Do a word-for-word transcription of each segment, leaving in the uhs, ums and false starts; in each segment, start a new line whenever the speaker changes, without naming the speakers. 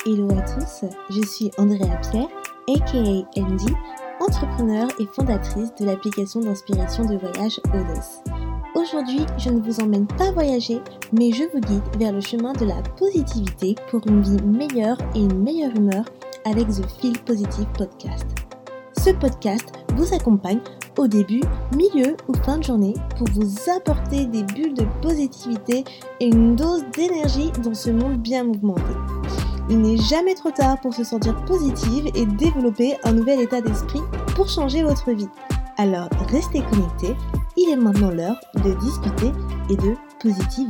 Hello à tous, je suis Andrea Pierre, aka M D, entrepreneur et fondatrice de l'application d'inspiration de voyage Odos. Aujourd'hui, je ne vous emmène pas voyager, mais je vous guide vers le chemin de la positivité pour une vie meilleure et une meilleure humeur avec The Feel Positive Podcast. Ce podcast vous accompagne au début, milieu ou fin de journée pour vous apporter des bulles de positivité et une dose d'énergie dans ce monde bien mouvementé. Il n'est jamais trop tard pour se sentir positive et développer un nouvel état d'esprit pour changer votre vie. Alors restez connectés, il est maintenant l'heure de discuter et de positiver.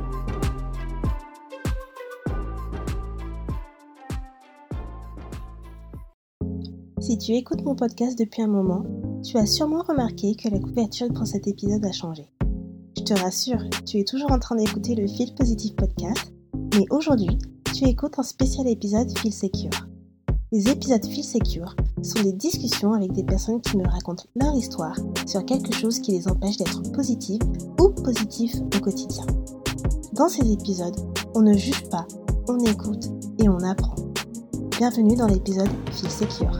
Si tu écoutes mon podcast depuis un moment, tu as sûrement remarqué que la couverture pour cet épisode a changé. Je te rassure, tu es toujours en train d'écouter le Feel Positive Podcast, mais aujourd'hui, tu écoutes un spécial épisode Feel Secure. Les épisodes Feel Secure sont des discussions avec des personnes qui me racontent leur histoire sur quelque chose qui les empêche d'être positives ou positifs au quotidien. Dans ces épisodes, on ne juge pas, on écoute et on apprend. Bienvenue dans l'épisode Feel Secure.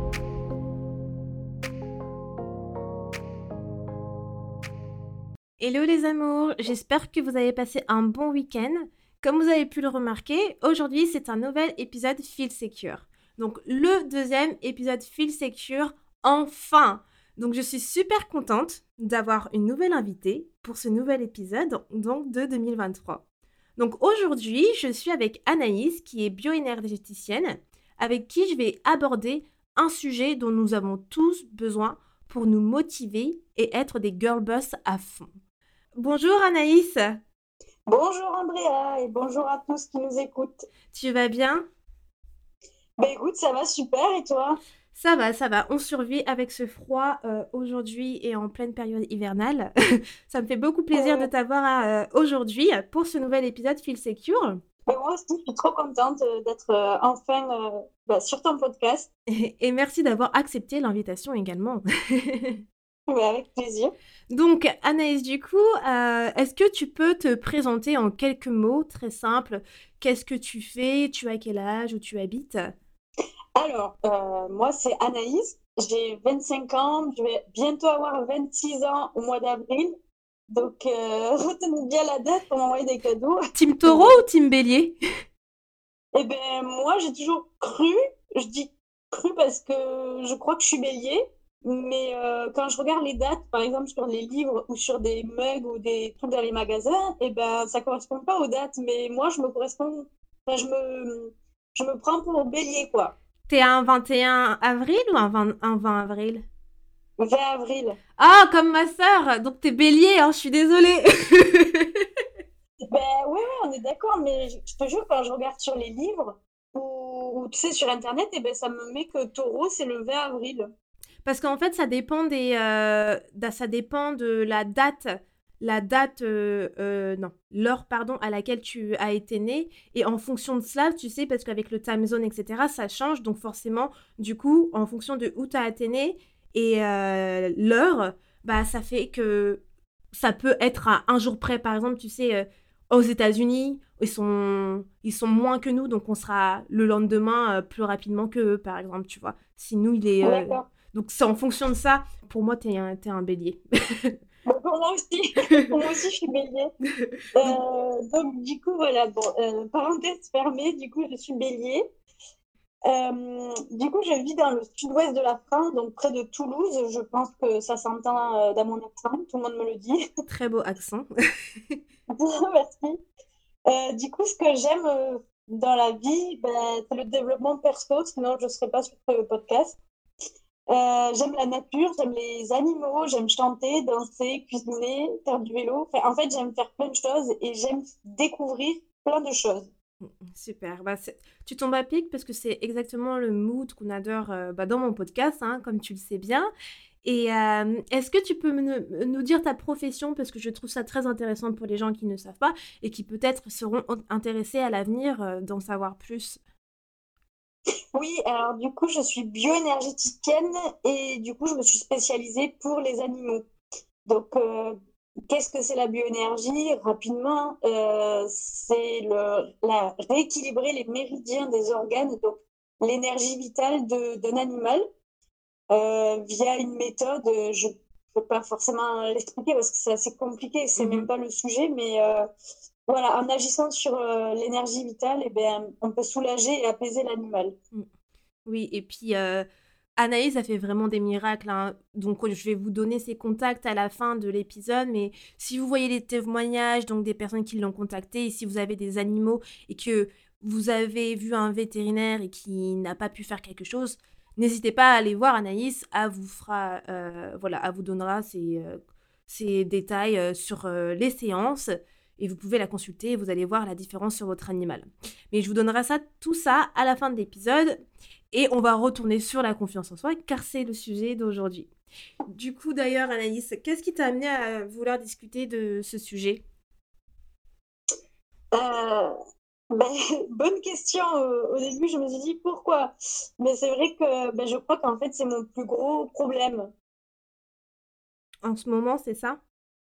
Hello les amours, j'espère que vous avez passé un bon week-end. Comme vous avez pu le remarquer, aujourd'hui c'est un nouvel épisode Feel Secure. Donc le deuxième épisode Feel Secure, enfin. Donc je suis super contente d'avoir une nouvelle invitée pour ce nouvel épisode donc de deux mille vingt-trois. Donc aujourd'hui, je suis avec Anaïs qui est bioénergéticienne, avec qui je vais aborder un sujet dont nous avons tous besoin pour nous motiver et être des girl boss à fond. Bonjour Anaïs.
Bonjour Andrea et bonjour à tous qui nous écoutent.
Tu vas bien ?
Ben écoute, ça va super et toi ?
Ça va, ça va. On survit avec ce froid euh, aujourd'hui et en pleine période hivernale. Ça me fait beaucoup plaisir euh... de t'avoir euh, aujourd'hui pour ce nouvel épisode Feel Secure.
Ben moi aussi, je suis trop contente d'être euh, enfin euh, ben, sur ton podcast.
Et, et merci d'avoir accepté l'invitation également.
Ben, avec plaisir.
Donc Anaïs, du coup, euh, est-ce que tu peux te présenter en quelques mots très simples ? Qu'est-ce que tu fais ? Tu as quel âge ? Où tu habites ?
Alors, euh, moi c'est Anaïs, j'ai vingt-cinq ans, je vais bientôt avoir vingt-six ans au mois d'avril. Donc, euh, retenez bien la date pour m'envoyer des cadeaux.
Team Taureau ou Team Bélier ?
Eh bien, moi j'ai toujours cru, je dis cru parce que je crois que je suis Bélier. Mais euh, quand je regarde les dates, par exemple sur les livres ou sur des mugs ou des trucs dans les magasins, eh ben ça correspond pas aux dates. Mais moi, je me correspond, enfin, je me, je me prends pour Bélier, quoi.
T'es un vingt et un avril ou un vingt, un vingt avril ?
vingt avril.
Ah, comme ma sœur. Donc t'es Bélier, hein, je suis désolée.
Ben oui, oui, on est d'accord. Mais je, je te jure, quand je regarde sur les livres ou, ou tu sais sur Internet, eh ben ça me met que Taureau, c'est le vingt avril.
Parce qu'en fait, ça dépend des, euh, ça dépend de la date, la date, euh, euh, non, l'heure, pardon, à laquelle tu as été né. Et en fonction de cela, tu sais, parce qu'avec le time zone, et cetera, ça change. Donc forcément, du coup, en fonction de où tu as été né et euh, l'heure, bah, ça fait que ça peut être à un jour près. Par exemple, tu sais, euh, aux États-Unis, ils sont, ils sont moins que nous, donc on sera le lendemain euh, plus rapidement qu'eux, par exemple, tu vois. Si nous, il est... Euh,
D'accord.
Donc, c'est en fonction de ça. Pour moi, t'es un, t'es un bélier.
Bon, pour moi aussi. Pour moi aussi, je suis bélier. Euh, donc, du coup, voilà. Bon, euh, parenthèse fermée, du coup, je suis bélier. Euh, du coup, je vis dans le sud-ouest de la France, donc près de Toulouse. Je pense que ça s'entend euh, dans mon accent. Tout le monde me le dit.
Très beau accent.
Merci. Euh, du coup, ce que j'aime euh, dans la vie, ben, c'est le développement perso. Sinon, je ne serais pas sur ce podcast. Euh, j'aime la nature, j'aime les animaux, j'aime chanter, danser, cuisiner, faire du vélo. Enfin, en fait, j'aime faire plein de choses et j'aime découvrir plein de choses.
Super. Bah, c'est... Tu tombes à pic parce que c'est exactement le mood qu'on adore euh, bah, dans mon podcast, hein, comme tu le sais bien. Et euh, est-ce que tu peux me, nous dire ta profession, parce que je trouve ça très intéressant pour les gens qui ne savent pas et qui peut-être seront intéressés à l'avenir euh, d'en savoir plus.
Oui, alors du coup, je suis bioénergéticienne et du coup, je me suis spécialisée pour les animaux. Donc, euh, qu'est-ce que c'est la bioénergie? Rapidement, euh, c'est le, la, rééquilibrer les méridiens des organes, donc l'énergie vitale de, d'un animal, euh, via une méthode. euh, Je ne peux pas forcément l'expliquer parce que c'est assez compliqué, c'est même
Mhm.
pas le sujet, mais euh, voilà, en agissant sur euh, l'énergie vitale, eh ben, on peut soulager et apaiser l'animal.
Mm. Oui, et puis euh, Anaïs a fait vraiment des miracles, hein. Donc je vais vous donner ses contacts à la fin de l'épisode, mais si vous voyez les témoignages donc des personnes qui l'ont contactée, et si vous avez des animaux et que vous avez vu un vétérinaire et qui n'a pas pu faire quelque chose, n'hésitez pas à aller voir Anaïs, elle vous fera, euh, voilà, elle vous donnera ses, euh, ses détails euh, sur euh, les séances et vous pouvez la consulter et vous allez voir la différence sur votre animal. Mais je vous donnerai ça, tout ça à la fin de l'épisode. Et on va retourner sur la confiance en soi, car c'est le sujet d'aujourd'hui. Du coup, d'ailleurs, Anaïs, qu'est-ce qui t'a amené à vouloir discuter de ce sujet?
Euh, ben, bonne question. euh, Au début, je me suis dit pourquoi. Mais c'est vrai que ben, je crois qu'en fait, c'est mon plus gros problème.
En ce moment, c'est ça?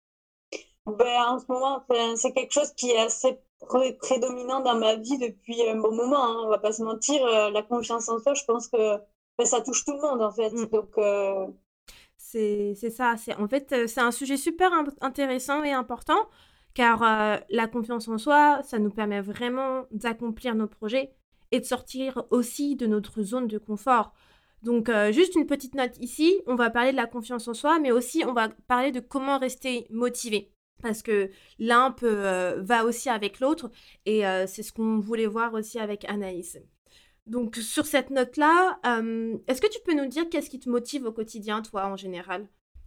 Ben, en ce moment, enfin, c'est quelque chose qui est assez pré- prédominant dans ma vie depuis un bon moment, hein, on va pas se mentir. euh, La confiance en soi, je pense que ben, ça touche tout le monde, en fait.
Mm.
Donc, euh,
C'est c'est ça. C'est, en fait, euh, c'est un sujet super im- intéressant et important, car euh, la confiance en soi, ça nous permet vraiment d'accomplir nos projets et de sortir aussi de notre zone de confort. Donc, euh, juste une petite note ici, on va parler de la confiance en soi, mais aussi on va parler de comment rester motivé. Parce que l'un peut, euh, va aussi avec l'autre, et euh, c'est ce qu'on voulait voir aussi avec Anaïs. Donc, sur cette note-là, euh, est-ce que tu peux nous dire qu'est-ce qui te motive au quotidien, toi, en général?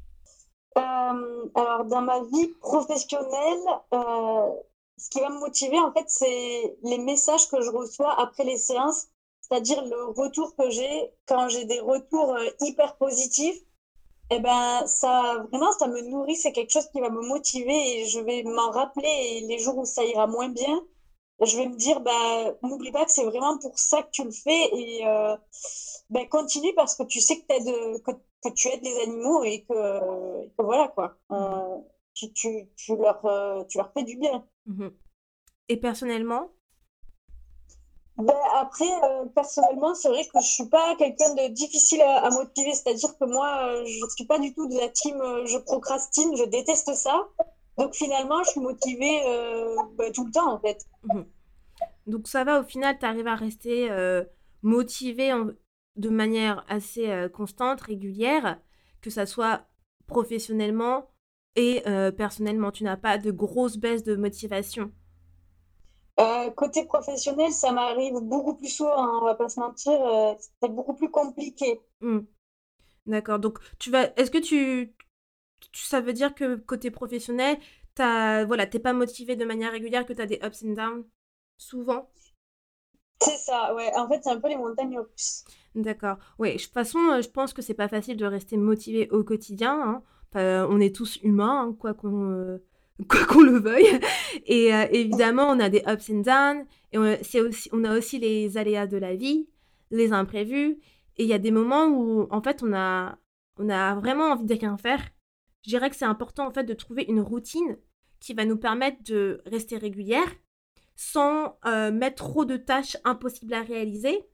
euh, alors, dans ma vie professionnelle, euh, ce qui va me motiver, en fait, c'est les messages que je reçois après les séances, c'est-à-dire le retour que j'ai quand j'ai des retours euh, hyper positifs. Eh ben, ça, vraiment, ça me nourrit, c'est quelque chose qui va me motiver et je vais m'en rappeler. Et les jours où ça ira moins bien, je vais me dire, bah, n'oublie pas que c'est vraiment pour ça que tu le fais et euh, ben, continue parce que tu sais que, t'aides, que, que tu aides les animaux et que, et que voilà quoi.
Mhm.
Euh, tu, tu, tu leur, euh, tu leur fais du bien.
Mhm. Et personnellement?
Ben, après, euh, personnellement, c'est vrai que je suis pas quelqu'un de difficile à, à motiver. C'est-à-dire que moi, euh, je suis pas du tout de la team euh, je procrastine, je déteste ça. Donc finalement, je suis motivée euh, ben, tout le temps en fait.
Mhm. Donc, ça va, au final, tu arrives à rester euh, motivé en- de manière assez euh, constante, régulière, que ça soit professionnellement et euh, personnellement. Tu n'as pas de grosses baisses de motivation.
Euh, côté professionnel, ça m'arrive beaucoup plus souvent, hein, on va pas se mentir, euh, c'est beaucoup plus compliqué.
Hmm. D'accord. Donc, tu vas. Est-ce que tu, tu- ça veut dire que côté professionnel, t'as, voilà, t'es pas motivé de manière régulière, que tu as des ups and downs souvent?
C'est ça, ouais. En fait, c'est un peu les montagnes russes.
D'accord. Oui, de toute façon, euh, je pense que c'est pas facile de rester motivé au quotidien, hein. Euh, on est tous humains, hein, quoi qu'on euh, quoi qu'on le veuille. Et euh, évidemment, on a des ups and downs. Et on, c'est aussi, on a aussi les aléas de la vie, les imprévus. Et il y a des moments où, en fait, on a, on a vraiment envie de rien faire. Je dirais que c'est important, en fait, de trouver une routine qui va nous permettre de rester régulière sans euh, mettre trop de tâches impossibles à réaliser.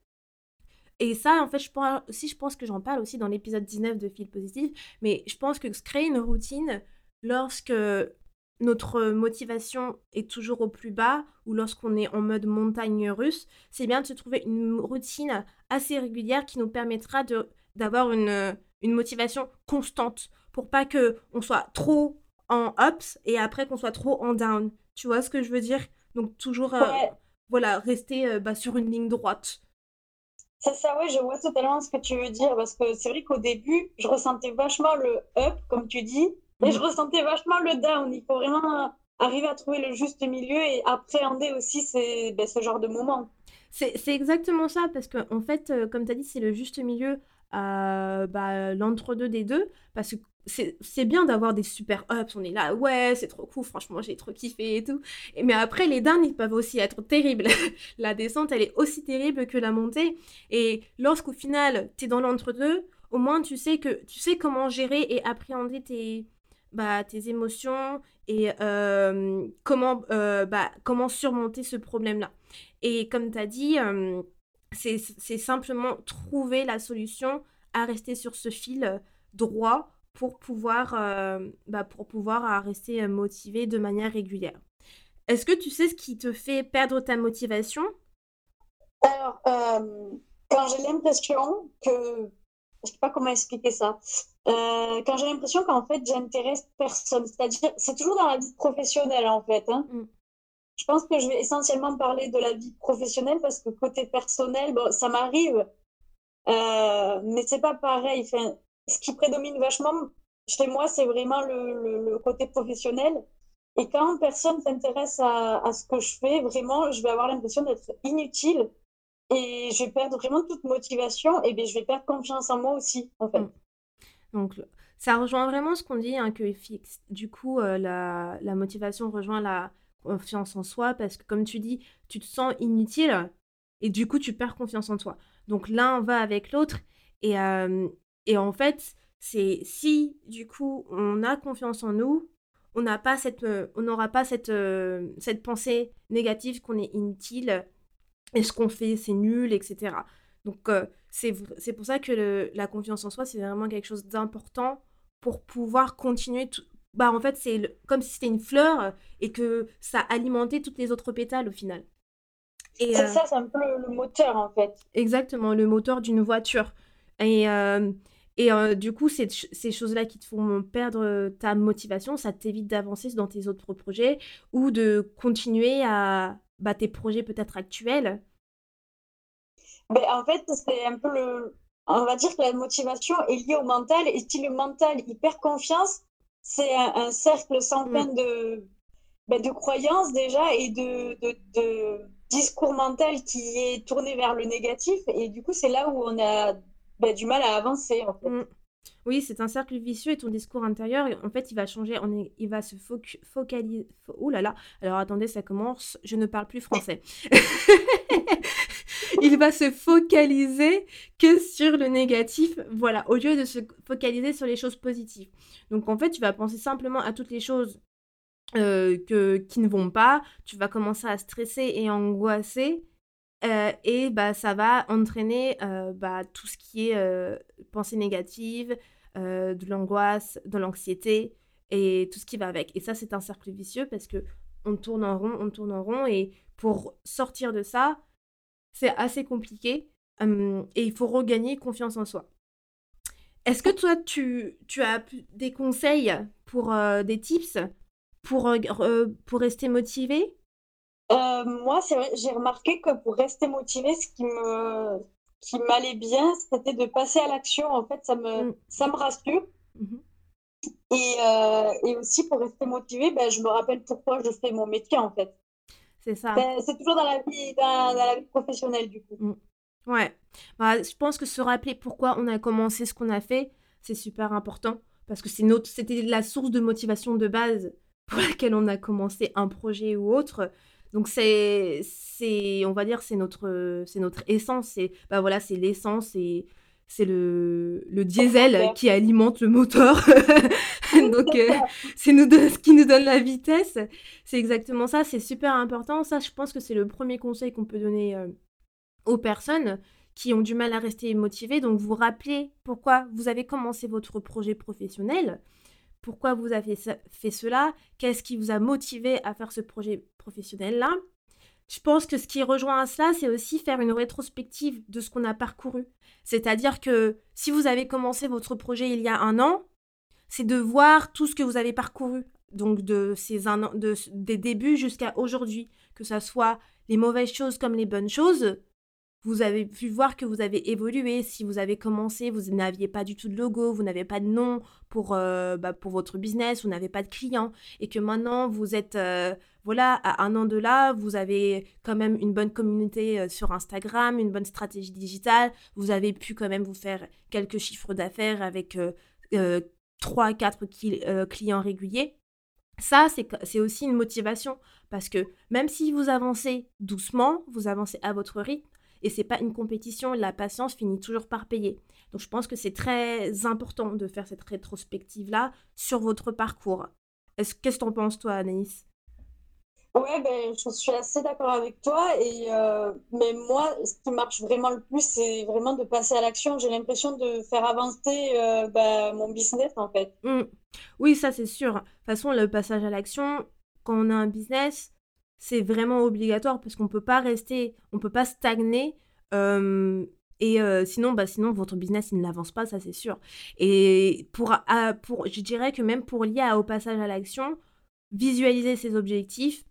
Et ça, en fait, je pense, aussi, je pense que j'en parle aussi dans l'épisode dix-neuf de Feel Positive, mais je pense que se créer une routine lorsque notre motivation est toujours au plus bas ou lorsqu'on est en mode montagne russe, c'est bien de se trouver une routine assez régulière qui nous permettra de, d'avoir une, une motivation constante pour pas que on soit trop en ups et après qu'on soit trop en down. Tu vois ce que je veux dire? Donc toujours, euh,
Ouais,
voilà, rester euh, bah, sur une ligne droite.
c'est ça, ouais, je vois totalement ce que tu veux dire parce que c'est vrai qu'au début, je ressentais vachement le up, comme tu dis, et je
Mhm.
ressentais vachement le down. Il faut vraiment arriver à trouver le juste milieu et appréhender aussi ces, ben, ce genre de moments.
C'est c'est exactement ça, parce que en fait, euh, comme tu as dit, c'est le juste milieu, euh, bah, l'entre-deux des deux, parce que c'est c'est bien d'avoir des super ups, on est là, ouais, c'est trop cool, franchement, j'ai trop kiffé et tout. Et- mais après, les downs, ils peuvent aussi être terribles. La descente, elle est aussi terrible que la montée. Et lorsqu'au final, tu es dans l'entre-deux, au moins tu sais que tu sais comment gérer et appréhender tes, bah, tes émotions et euh, comment, euh, bah, comment surmonter ce problème-là. Et comme tu as dit, euh, c'est, c'est simplement trouver la solution à rester sur ce fil euh, droit pour pouvoir, euh, bah, pour pouvoir euh, rester euh, motivé de manière régulière. Est-ce que tu sais ce qui te fait perdre ta motivation?
Alors, euh, quand j'ai l'impression que, je sais pas comment expliquer ça. Euh, quand j'ai l'impression qu'en fait, j'intéresse personne, c'est-à-dire, c'est toujours dans la vie professionnelle en fait, hein.
Mm.
Je pense que je vais essentiellement parler de la vie professionnelle parce que côté personnel, bon, ça m'arrive, euh, mais c'est pas pareil. Enfin, ce qui prédomine vachement chez moi, c'est vraiment le, le, le côté professionnel. Et quand personne s'intéresse à, à ce que je fais, vraiment, je vais avoir l'impression d'être inutile et je vais perdre vraiment toute motivation et bien je vais perdre confiance en moi aussi, en
Mm.
fait.
Donc, ça rejoint vraiment ce qu'on dit, hein, que fixe. Du coup, euh, la, la motivation rejoint la confiance en soi parce que, comme tu dis, tu te sens inutile et du coup, tu perds confiance en toi. Donc, l'un va avec l'autre et, euh, et en fait, c'est si, du coup, on a confiance en nous, on n'a pas cette, euh, on n'aura pas cette, euh, cette pensée négative qu'on est inutile et ce qu'on fait, c'est nul, et cetera. Donc, euh, c'est, v- c'est pour ça que le- la confiance en soi, c'est vraiment quelque chose d'important pour pouvoir continuer. Tout... Bah, en fait, c'est le- comme si c'était une fleur euh, et que ça alimentait toutes les autres pétales au final. Et
C'est
euh,
ça, c'est un peu le, le moteur, en fait.
exactement, le moteur d'une voiture. Et, euh, et euh, du coup, ces, ch- ces choses-là qui te font perdre euh, ta motivation, ça t'évite d'avancer dans tes autres projets ou de continuer à bah, tes projets peut-être actuels.
Ben, en fait, c'est un peu le. On va dire que la motivation est liée au mental et si le mental il perd confiance, c'est un, un cercle sans fin
Mm.
de, ben, de croyances déjà et de, de, de discours mental qui est tourné vers le négatif. Et du coup, c'est là où on a ben, du mal à avancer, en fait.
Mm. Oui, c'est un cercle vicieux et ton discours intérieur, en fait, il va changer, on est- il va se foc- focaliser. Ouh là là, alors attendez, ça commence, je ne parle plus français. Il va se focaliser que sur le négatif, voilà, au lieu de se focaliser sur les choses positives. Donc en fait, tu vas penser simplement à toutes les choses euh, que, qui ne vont pas, tu vas commencer à stresser et angoisser. Euh, et bah, ça va entraîner euh, bah, tout ce qui est euh, pensée négative, euh, de l'angoisse, de l'anxiété et tout ce qui va avec. Et ça, c'est un cercle vicieux parce que on tourne en rond, on tourne en rond. Et pour sortir de ça, c'est assez compliqué. Hum, et il faut regagner confiance en soi. Est-ce que toi, tu, tu as pu- des conseils pour euh, des tips pour, euh, re- pour rester motivé?
Euh, moi, c'est vrai, j'ai remarqué que pour rester motivée, ce qui me, qui m'allait bien, c'était de passer à l'action. En fait, ça me,
Mm,
ça me rassure.
mhm.
Et, euh, et aussi, pour rester motivée, ben, je me rappelle pourquoi je fais mon métier, en fait.
C'est ça.
C'est c'est toujours dans la vie, dans, dans la vie professionnelle, du coup.
Mm. Ouais. Bah, je pense que se rappeler pourquoi on a commencé ce qu'on a fait, c'est super important parce que c'est notre, c'était la source de motivation de base pour laquelle on a commencé un projet ou autre. Donc c'est, c'est, on va dire, c'est notre, c'est notre essence. C'est, bah voilà, c'est l'essence et c'est le, le
Comme
diesel
moteur.
qui alimente le moteur. Donc
C'est
euh,
ça.
c'est nous donne- ce qui nous donne la vitesse. C'est exactement ça. C'est super important. Ça, je pense que c'est le premier conseil qu'on peut donner. euh, aux personnes qui ont du mal à rester motivées. Donc, vous rappelez pourquoi vous avez commencé votre projet professionnel, pourquoi vous avez fait cela, qu'est-ce qui vous a motivé à faire ce projet professionnel-là. Je pense que ce qui rejoint à cela, c'est aussi faire une rétrospective de ce qu'on a parcouru. C'est-à-dire que si vous avez commencé votre projet il y a un an, c'est de voir tout ce que vous avez parcouru. Donc de ces un an, de, des débuts jusqu'à aujourd'hui, que ce soit les mauvaises choses comme les bonnes choses, vous avez pu voir que vous avez évolué. Si vous avez commencé, vous n'aviez pas du tout de logo, vous n'avez pas de nom pour, euh, bah, pour votre business, vous n'avez pas de clients. Et que maintenant, vous êtes, euh, voilà, à un an de là, vous avez quand même une bonne communauté euh, sur Instagram, une bonne stratégie digitale. Vous avez pu quand même vous faire quelques chiffres d'affaires avec euh, euh, trois à quatre euh, clients réguliers. Ça, c'est, c'est aussi une motivation. Parce que même si vous avancez doucement, vous avancez à votre rythme, et c'est pas une compétition, la patience finit toujours par payer. Donc je pense que c'est très important de faire cette rétrospective-là sur votre parcours. Est-ce, qu'est-ce que t'en penses, toi, Anaïs?
Ouais, ben, je suis assez d'accord avec toi. Et, euh, mais moi, ce qui marche vraiment le plus, c'est vraiment de passer à l'action. J'ai l'impression de faire avancer euh, ben, mon business, en fait.
Mm. Oui, ça c'est sûr. De toute façon, le passage à l'action, quand on a un business, c'est vraiment obligatoire parce qu'on peut pas rester, on peut pas stagner. euh, et euh, sinon, bah, sinon, votre business, il n'avance pas, ça c'est sûr. Et pour, à- pour, je dirais que même pour lier à- au passage à l'action, visualiser ses objectifs,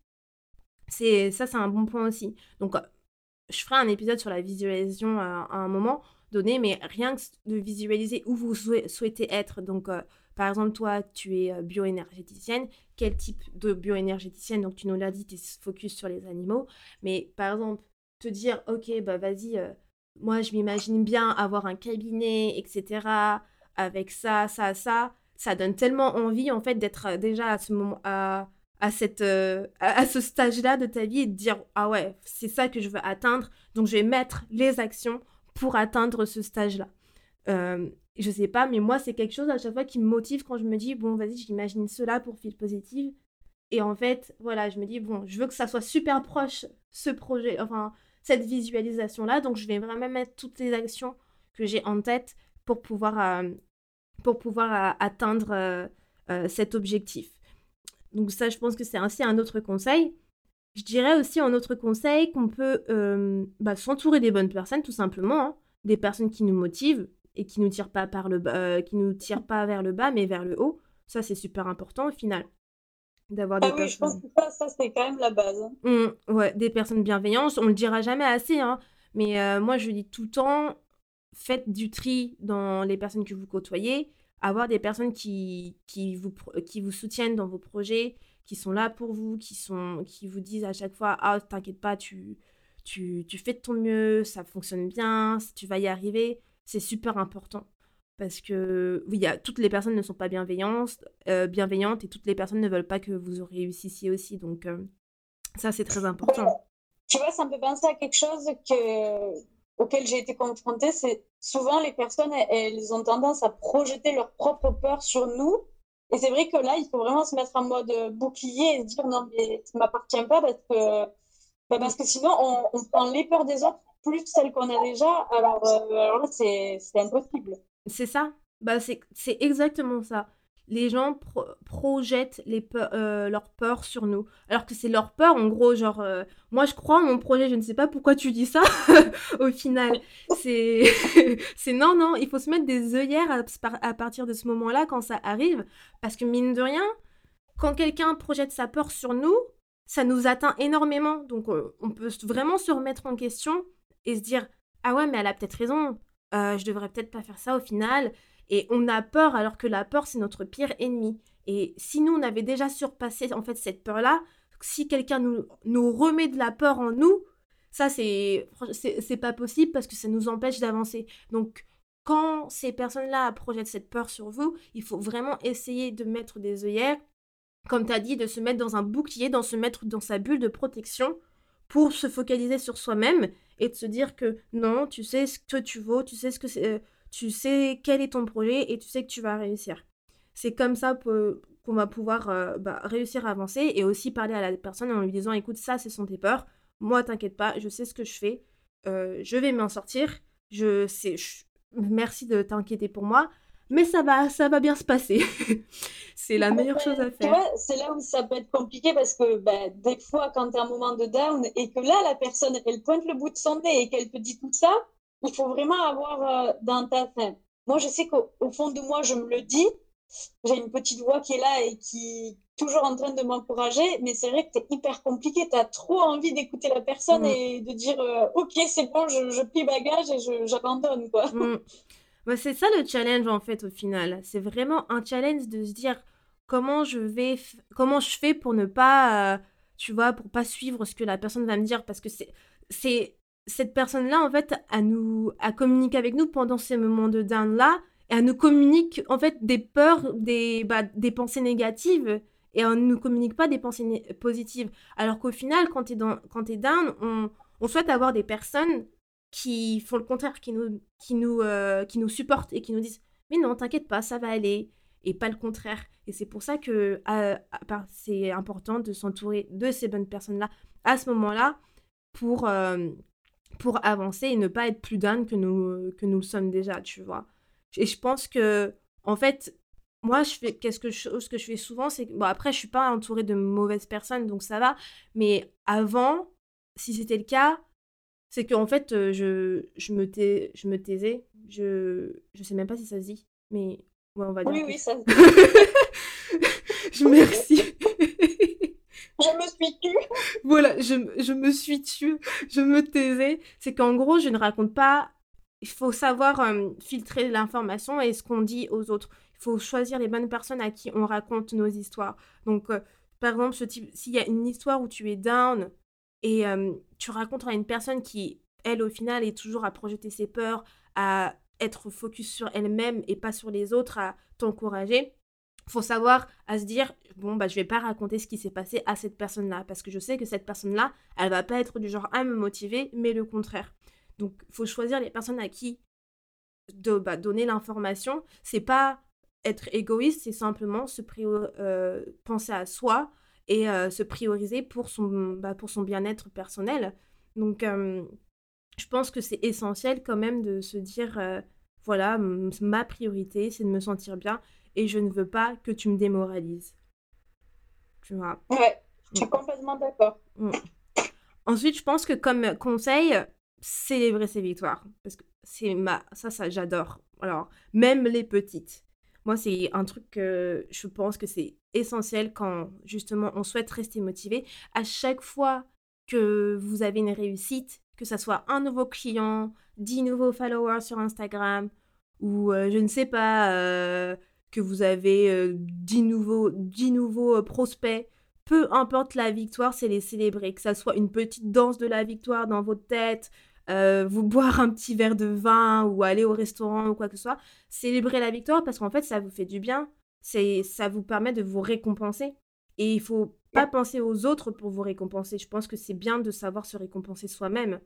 c'est, ça c'est un bon point aussi. Donc, euh, je ferai un épisode sur la visualisation à, à un moment donné, mais rien que de visualiser où vous souhai- souhaitez être. Donc, euh, par exemple, toi, tu es euh, bioénergéticienne. Quel type de bioénergéticienne? Donc, tu nous l'as dit, tu es focus sur les animaux. Mais par exemple, te dire, ok, bah vas-y, euh, moi, je m'imagine bien avoir un cabinet, et cetera, avec ça, ça, ça. Ça donne tellement envie, en fait, d'être euh, déjà à ce moment, à, à, cette, euh, à, à ce stage-là de ta vie et de dire, ah ouais, c'est ça que je veux atteindre, donc je vais mettre les actions pour atteindre ce stage-là. Euh, je sais pas, mais moi, c'est quelque chose à chaque fois qui me motive quand je me dis, bon, vas-y, j'imagine cela pour Feel Positive. Et en fait, voilà, je me dis, bon, je veux que ça soit super proche, ce projet, enfin, cette visualisation-là, donc je vais vraiment mettre toutes les actions que j'ai en tête pour pouvoir, euh, pour pouvoir euh, atteindre euh, euh, cet objectif. Donc ça, je pense que c'est ainsi un autre conseil. Je dirais aussi un autre conseil qu'on peut euh, bah, s'entourer des bonnes personnes, tout simplement, hein. Des personnes qui nous motivent et qui nous tirent pas par le bas, euh, qui nous tirent pas vers le bas, mais vers le haut. Ça, c'est super important au final, d'avoir des
Ah oui, je pense
personnes.
que ça, ça c'est quand même la base. Hein.
Mmh, ouais, des personnes bienveillantes. On le dira jamais assez, hein. Mais euh, moi, je dis tout le temps, faites du tri dans les personnes que vous côtoyez, avoir des personnes qui, qui, vous, pro- qui vous soutiennent dans vos projets, qui sont là pour vous, qui, sont, qui vous disent à chaque fois, ah, t'inquiète pas, tu, tu, tu fais de ton mieux, ça fonctionne bien, tu vas y arriver. C'est super important. Parce que oui, y a, toutes les personnes ne sont pas bienveillantes, euh, bienveillantes et toutes les personnes ne veulent pas que vous réussissiez aussi. Donc, euh, ça, c'est très important.
Tu vois, ça me fait penser à quelque chose que, auquel j'ai été confrontée. C'est souvent les personnes, elles, elles ont tendance à projeter leurs propres peurs sur nous. Et c'est vrai que là, il faut vraiment se mettre en mode bouclier et se dire non, mais ça ne m'appartient pas parce que, bah,
Mm.
parce que sinon, on, on prend les peurs des autres plus celles qu'on a déjà. Alors, euh, alors là, c'est c'est impossible.
C'est ça. Bah, c'est, c'est exactement ça. Les gens pro- projettent les peurs, euh, leurs peurs sur nous. Alors que c'est leur peur, en gros, genre, euh, moi je crois en mon projet, je ne sais pas pourquoi tu dis ça, au final. C'est... c'est non, non, il faut se mettre des œillères à, à partir de ce moment-là quand ça arrive. Parce que mine de rien, quand quelqu'un projette sa peur sur nous, ça nous atteint énormément. Donc, euh, on peut vraiment se remettre en question et se dire, ah ouais, mais elle a peut-être raison. Euh, je devrais peut-être pas faire ça au final. Et on a peur alors que la peur, c'est notre pire ennemi. Et si nous, on avait déjà surpassé en fait cette peur-là, si quelqu'un nous, nous remet de la peur en nous, ça, c'est, c'est, c'est pas possible parce que ça nous empêche d'avancer. Donc, quand ces personnes-là projettent cette peur sur vous, il faut vraiment essayer de mettre des œillères, comme tu as dit, de se mettre dans un bouclier, dans se mettre dans sa bulle de protection pour se focaliser sur soi-même et de se dire que non, tu sais ce que tu vaux, tu sais ce que c'est, euh, tu sais quel est ton projet et tu sais que tu vas réussir. C'est comme ça que- qu'on va pouvoir euh, bah, réussir à avancer et aussi parler à la personne en lui disant, écoute, ça, ce sont tes peurs. Moi, t'inquiète pas, je sais ce que je fais. Euh, je vais m'en sortir. Je sais, je- merci de t'inquiéter pour moi, mais ça va, ça va bien se passer. C'est la meilleure chose à
Tu
faire.
vois, c'est là où ça peut être compliqué parce que bah, des fois, quand tu as un moment de down et que là, la personne, elle pointe le bout de son nez et qu'elle te dit tout ça, il faut vraiment avoir euh, dans ta tête. Moi, je sais qu'au au fond de moi, je me le dis. J'ai une petite voix qui est là et qui est toujours en train de m'encourager, mais c'est vrai que c'est hyper compliqué. Tu as trop envie d'écouter la personne
Mm,
et de dire euh, ok, c'est bon, je, je plie bagage et je, j'abandonne, quoi.
mm. Bah, c'est ça le challenge en fait au final. C'est vraiment un challenge de se dire comment je vais, f- comment je fais pour ne pas, euh, tu vois, pour pas suivre ce que la personne va me dire parce que c'est, c'est cette personne-là en fait, à nous, à communiquer avec nous pendant ces moments de down là, et elle nous communique en fait des peurs, des, bah, des pensées négatives et on ne nous communique pas des pensées né- positives. Alors qu'au final, quand t'es dans, quand t'es down, on, on souhaite avoir des personnes qui font le contraire, qui nous, qui nous, euh, qui nous supportent et qui nous disent « Mais non, t'inquiète pas, ça va aller », et pas le contraire. Et c'est pour ça que euh, c'est important de s'entourer de ces bonnes personnes-là à ce moment-là pour, euh, pour avancer et ne pas être plus down que nous, que nous le sommes déjà, tu vois. Et je pense que, en fait, moi, je fais, qu'est-ce que je, ce que je fais souvent, c'est que, bon, après, je suis pas entourée de mauvaises personnes, donc ça va, mais avant, si c'était le cas, c'est qu'en fait, euh, je, je, me tais, je me taisais, je, je sais même pas si ça se dit, mais ouais, on va dire
Oui,
que...
oui, ça se
je merci.
Je me suis tue.
Voilà, je, je me suis tue, je me taisais. C'est qu'en gros, je ne raconte pas. Il faut savoir euh, filtrer l'information et ce qu'on dit aux autres. Il faut choisir les bonnes personnes à qui on raconte nos histoires. Donc, euh, par exemple, ce type, s'il y a une histoire où tu es down et euh, tu racontes à une personne qui, elle, au final, est toujours à projeter ses peurs, à être focus sur elle-même et pas sur les autres, à t'encourager. Faut savoir à se dire bon bah je vais pas raconter ce qui s'est passé à cette personne-là parce que je sais que cette personne-là elle va pas être du genre à me motiver mais le contraire. Donc faut choisir les personnes à qui de bah, donner l'information. C'est pas être égoïste, c'est simplement se prior- euh, penser à soi et euh, se prioriser pour son bah, pour son bien-être personnel. Donc euh, je pense que c'est essentiel quand même de se dire euh, voilà m- ma priorité c'est de me sentir bien et je ne veux pas que tu me démoralises. Tu vois.
Ouais, je
Mm.
suis complètement d'accord.
Mm. Ensuite, je pense que comme conseil, célébrer ses victoires. Parce que c'est ma... ça, ça, j'adore. Alors, même les petites. Moi, c'est un truc que je pense que c'est essentiel quand, justement, on souhaite rester motivé. À chaque fois que vous avez une réussite, que ça soit un nouveau client, dix nouveaux followers sur Instagram, ou euh, je ne sais pas, euh, que vous avez euh, dix nouveaux, dix nouveaux euh, prospects, peu importe la victoire, c'est les célébrer. Que ça soit une petite danse de la victoire dans votre tête, euh, vous boire un petit verre de vin ou aller au restaurant ou quoi que ce soit. Célébrer la victoire parce qu'en fait, ça vous fait du bien. C'est, ça vous permet de vous récompenser. Et il faut pas penser aux autres pour vous récompenser. Je pense que c'est bien de savoir se récompenser soi-même.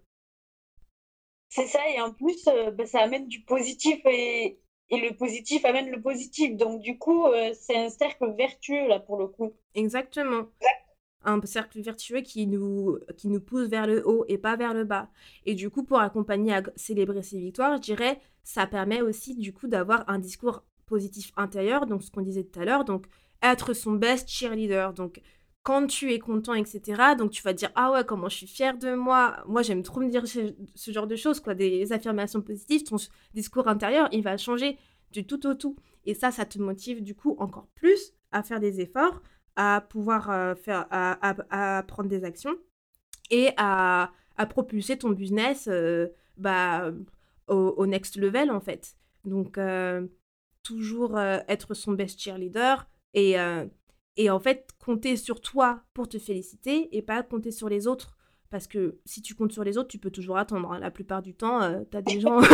C'est ça, et en plus, euh, bah, ça amène du positif et, et le positif amène le positif. Donc, du coup, euh, c'est un cercle vertueux, là, pour le coup.
Exactement. Un cercle vertueux qui nous, qui nous pousse vers le haut et pas vers le bas. Et du coup, pour accompagner à célébrer ces victoires, je dirais, ça permet aussi du coup d'avoir un discours positif intérieur, donc ce qu'on disait tout à l'heure, donc être son best cheerleader. Donc quand tu es content, et cetera, donc tu vas dire, ah ouais, comment je suis fière de moi. Moi, j'aime trop me dire ce, ce genre de choses, quoi, des affirmations positives. Ton discours intérieur, il va changer du tout au tout. Et ça, ça te motive du coup encore plus à faire des efforts, à pouvoir euh, faire, à, à, à prendre des actions et à, à propulser ton business euh, bah, au, au next level en fait. Donc, euh, toujours euh, être son best cheerleader et, euh, et en fait compter sur toi pour te féliciter et pas compter sur les autres. Parce que si tu comptes sur les autres, tu peux toujours attendre, hein. La plupart du temps, euh, tu as des gens...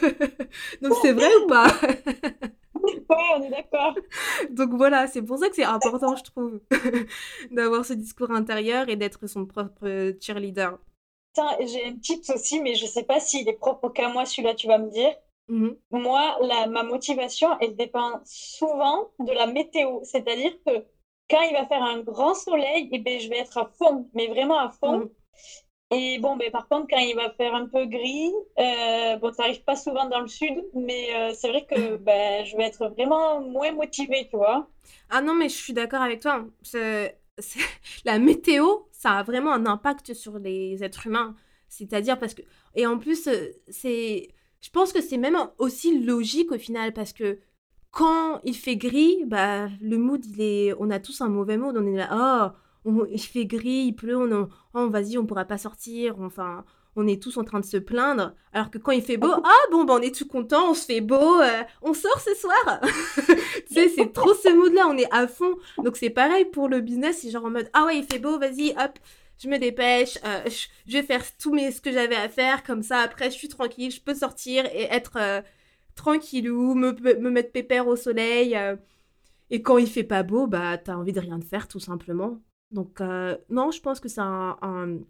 Donc c'est vrai ou pas?
Ouais, on est d'accord.
Donc voilà, c'est pour ça que c'est important, je trouve, d'avoir ce discours intérieur et d'être son propre cheerleader.
Tiens, j'ai un tips aussi, mais je sais pas s'il est propre qu'à moi, celui-là, tu vas me dire.
Mhm.
Moi, la, ma motivation, elle dépend souvent de la météo. C'est-à-dire que quand il va faire un grand soleil, eh ben, je vais être à fond, mais vraiment à fond.
Mhm.
Et bon, ben, par contre, quand il va faire un peu gris, euh, bon, ça arrive pas souvent dans le sud, mais euh, c'est vrai que ben, je vais être vraiment moins motivée, tu vois.
Ah non, mais je suis d'accord avec toi. C'est, c'est- La météo, ça a vraiment un impact sur les êtres humains. C'est-à-dire parce que... Et en plus, euh, c'est... Je pense que c'est même aussi logique au final parce que quand il fait gris, bah, le mood, il est... on a tous un mauvais mood. On est là, oh, on- il fait gris, il pleut, on, oh, vas-y, on pourra pas sortir. Enfin, on est tous en train de se plaindre. Alors que quand il fait beau, ah bon, bah, on est tout content, on se fait beau, euh, on sort ce soir. Tu sais, c'est trop ce mood-là, on est à fond. Donc c'est pareil pour le business, c'est genre en mode, ah ouais, il fait beau, vas-y, hop, je me dépêche, euh, je, je vais faire tout mes, ce que j'avais à faire, comme ça, après, je suis tranquille, je peux sortir et être euh, tranquillou, me, me mettre pépère au soleil. euh. Et quand il fait pas beau, bah, t'as envie de rien de faire, tout simplement. Donc, euh, non, je pense que c'est un, un,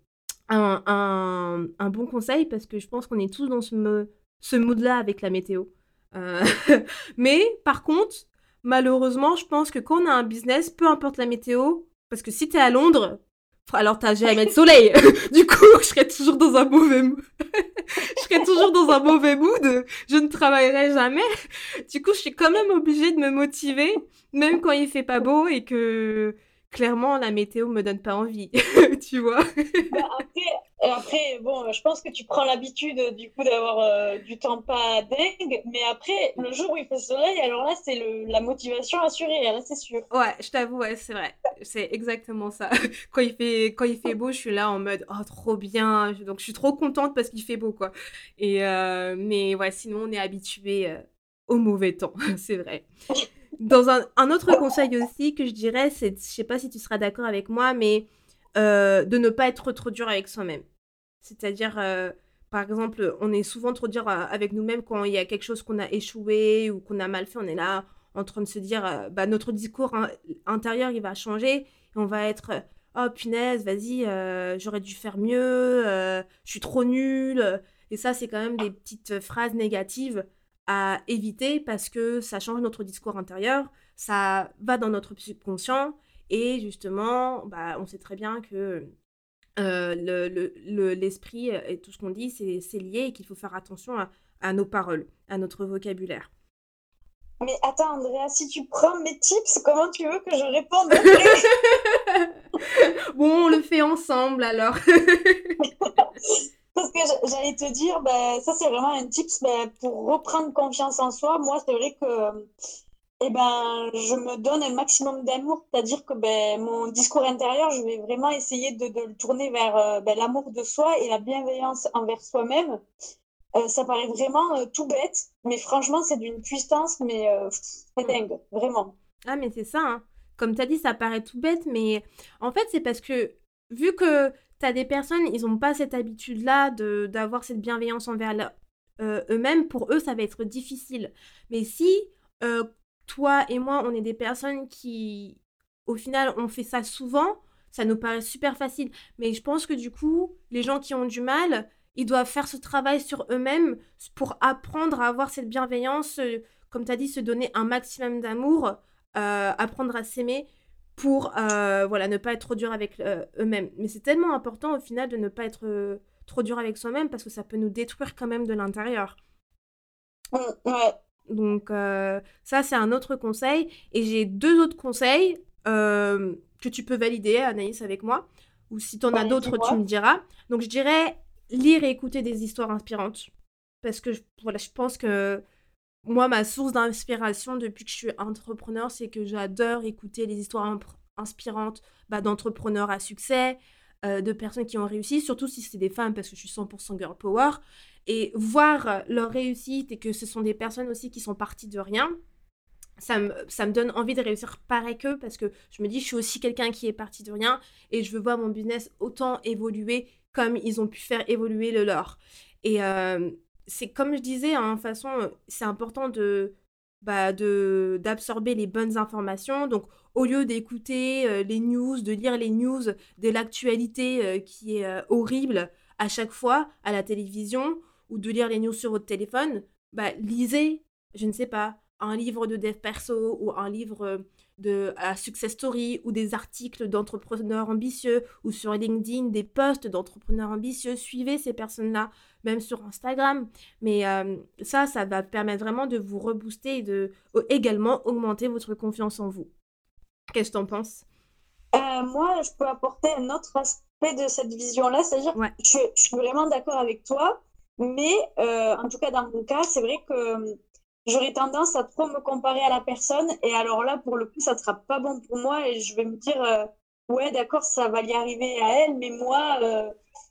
un, un, un bon conseil parce que je pense qu'on est tous dans ce, me, ce mood-là avec la météo. Euh, mais par contre, malheureusement, je pense que quand on a un business, peu importe la météo, parce que si t'es à Londres, alors t'as jamais de soleil. Du coup, je serais toujours dans un mauvais mood. Je serais toujours dans un mauvais mood. Je ne travaillerai jamais. Du coup, je suis quand même obligée de me motiver, même quand il fait pas beau et que clairement la météo me donne pas envie. Tu vois?
Bah, après, après, bon, je pense que tu prends l'habitude euh, du coup d'avoir euh, du temps pas dingue, mais après, le jour où il fait soleil, alors là, c'est le, la motivation assurée, là, c'est sûr.
Ouais, je t'avoue, ouais, c'est vrai. C'est exactement ça. Quand il fait, quand il fait beau, je suis là en mode, oh, trop bien. Donc, je suis trop contente parce qu'il fait beau, quoi. Et, euh, mais ouais, sinon, on est habitué euh, au mauvais temps, c'est vrai. Dans un, un autre conseil aussi que je dirais, c'est, je sais pas si tu seras d'accord avec moi, mais euh, de ne pas être trop dur avec soi-même. C'est-à-dire, euh, par exemple, on est souvent trop dur euh, avec nous-mêmes quand il y a quelque chose qu'on a échoué ou qu'on a mal fait. On est là en train de se dire, euh, bah, notre discours in- intérieur, il va changer et on va être, euh, oh punaise, vas-y, euh, j'aurais dû faire mieux, euh, je suis trop nulle. Et ça, c'est quand même des petites phrases négatives à éviter parce que ça change notre discours intérieur, ça va dans notre subconscient et justement, bah, on sait très bien que euh, le, le- le- l'esprit et tout ce qu'on dit, c'est, c'est lié et qu'il faut faire attention à, à nos paroles, à notre vocabulaire.
Mais attends, Andrea, si tu prends mes tips, comment tu veux que je réponde après?
Bon, on le fait ensemble alors.
Parce que j- j'allais te dire, ben, ça c'est vraiment un tips ben, pour reprendre confiance en soi. Moi, c'est vrai que eh ben, je me donne un maximum d'amour, c'est-à-dire que ben, mon discours intérieur, je vais vraiment essayer de, de le tourner vers euh, ben, l'amour de soi et la bienveillance envers soi-même. Euh, ça paraît vraiment euh, tout bête, mais franchement, c'est d'une puissance, mais euh, pff, c'est dingue, vraiment.
Ah, mais c'est ça, hein. Comme tu as dit, ça paraît tout bête, mais en fait, c'est parce que vu que tu as des personnes, ils n'ont pas cette habitude-là de, d'avoir cette bienveillance envers leur- euh, eux-mêmes, pour eux, ça va être difficile. Mais si euh, toi et moi, on est des personnes qui, au final, on fait ça souvent, ça nous paraît super facile. Mais je pense que du coup, les gens qui ont du mal, ils doivent faire ce travail sur eux-mêmes pour apprendre à avoir cette bienveillance, euh, comme tu as dit, se donner un maximum d'amour euh, apprendre à s'aimer pour euh, voilà, ne pas être trop dur avec euh, eux-mêmes. Mais c'est tellement important au final de ne pas être euh, trop dur avec soi-même parce que ça peut nous détruire quand même de l'intérieur.
Mm, ouais,
Donc euh, ça, c'est un autre conseil. Et j'ai deux autres conseils euh, que tu peux valider, Anaïs, avec moi. Ou si tu en as
allez,
d'autres, tu me
dis-moi.
diras. Donc je dirais lire et écouter des histoires inspirantes. Parce que je, voilà, je pense que moi, ma source d'inspiration depuis que je suis entrepreneur, c'est que j'adore écouter les histoires imp- inspirantes bah, d'entrepreneurs à succès, euh, de personnes qui ont réussi, surtout si c'est des femmes, parce que je suis cent pour cent girl power. Et voir euh, leur réussite et que ce sont des personnes aussi qui sont parties de rien, ça me, ça me donne envie de réussir pareil qu'eux, parce que je me dis, je suis aussi quelqu'un qui est parti de rien et je veux voir mon business autant évoluer comme ils ont pu faire évoluer le leur. Et euh, c'est comme je disais, hein, de toute façon, euh, c'est important de, bah, de, d'absorber les bonnes informations. Donc, au lieu d'écouter euh, les news, de lire les news de l'actualité euh, qui est euh, horrible à chaque fois à la télévision, ou de lire les news sur votre téléphone, bah, lisez, je ne sais pas, un livre de dev perso ou un livre de à success story ou des articles d'entrepreneurs ambitieux ou sur LinkedIn des posts d'entrepreneurs ambitieux. Suivez ces personnes-là, même sur Instagram. Mais euh, ça, ça va permettre vraiment de vous rebooster et de euh, également augmenter votre confiance en vous. Qu'est-ce que t'en penses?
Euh, moi, je peux apporter un autre aspect de cette vision-là, c'est-à-dire
Ouais.
je, je suis vraiment d'accord avec toi, mais euh, en tout cas dans mon cas, c'est vrai que euh, j'aurais tendance à trop me comparer à la personne, et alors là, pour le coup, ça ne sera pas bon pour moi, et je vais me dire, euh, ouais, d'accord, ça va y arriver à elle, mais moi, euh,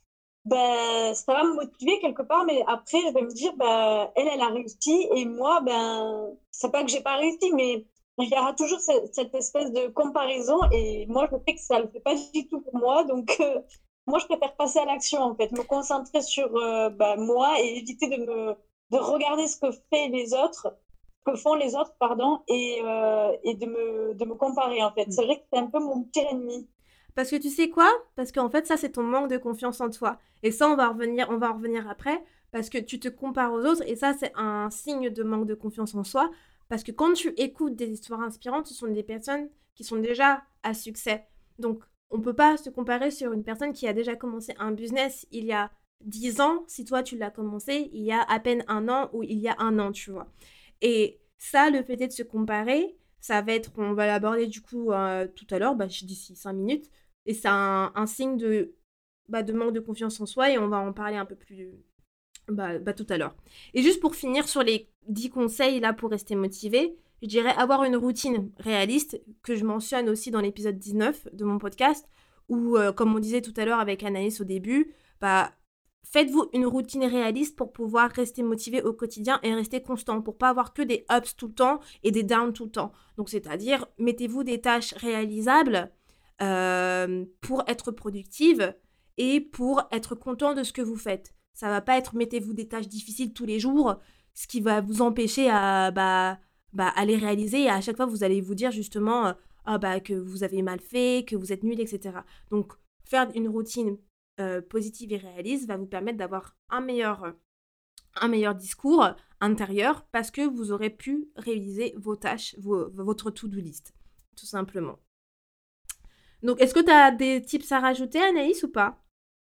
ben, ça va me motiver quelque part, mais après, je vais me dire, ben, elle, elle a réussi, et moi, ben, c'est pas que j'ai pas réussi, mais il y aura toujours cette, cette espèce de comparaison, et moi, je sais que ça le fait pas du tout pour moi, donc euh, moi, je préfère passer à l'action, en fait, me concentrer sur euh, ben, moi et éviter de me de regarder ce que fait les autres, ce que font les autres, pardon, et, euh, et de me, de me comparer, en fait. C'est vrai que c'est un peu mon pire ennemi.
Parce que tu sais quoi? Parce qu'en fait, ça, c'est ton manque de confiance en toi. Et ça, on va revenir, on va en revenir après, parce que tu te compares aux autres, et ça, c'est un signe de manque de confiance en soi. Parce que quand tu écoutes des histoires inspirantes, ce sont des personnes qui sont déjà à succès. Donc, on ne peut pas se comparer sur une personne qui a déjà commencé un business il y a dix ans, si toi, tu l'as commencé il y a à peine un an ou il y a un an, tu vois. Et ça, le fait de se comparer, ça va être, on va l'aborder du coup euh, tout à l'heure, bah, d'ici cinq minutes, et c'est un, un signe de, bah, de manque de confiance en soi, et on va en parler un peu plus bah, bah, tout à l'heure. Et juste pour finir sur les dix conseils là pour rester motivé, je dirais avoir une routine réaliste, que je mentionne aussi dans l'épisode dix-neuf de mon podcast, où, euh, comme on disait tout à l'heure avec Anaïs au début, bah, faites-vous une routine réaliste pour pouvoir rester motivé au quotidien et rester constant, pour pas avoir que des ups tout le temps et des downs tout le temps. Donc, c'est-à-dire, mettez-vous des tâches réalisables euh, pour être productive et pour être content de ce que vous faites. Ça va pas être mettez-vous des tâches difficiles tous les jours, ce qui va vous empêcher à, bah, bah, à les réaliser, et à chaque fois, vous allez vous dire justement euh, ah, bah, que vous avez mal fait, que vous êtes nul, et cetera. Donc, faire une routine euh, positive et réaliste va vous permettre d'avoir un meilleur, un meilleur discours intérieur, parce que vous aurez pu réaliser vos tâches, vos, votre to-do list, tout simplement. Donc, est-ce que tu as des tips à rajouter, Anaïs, ou pas?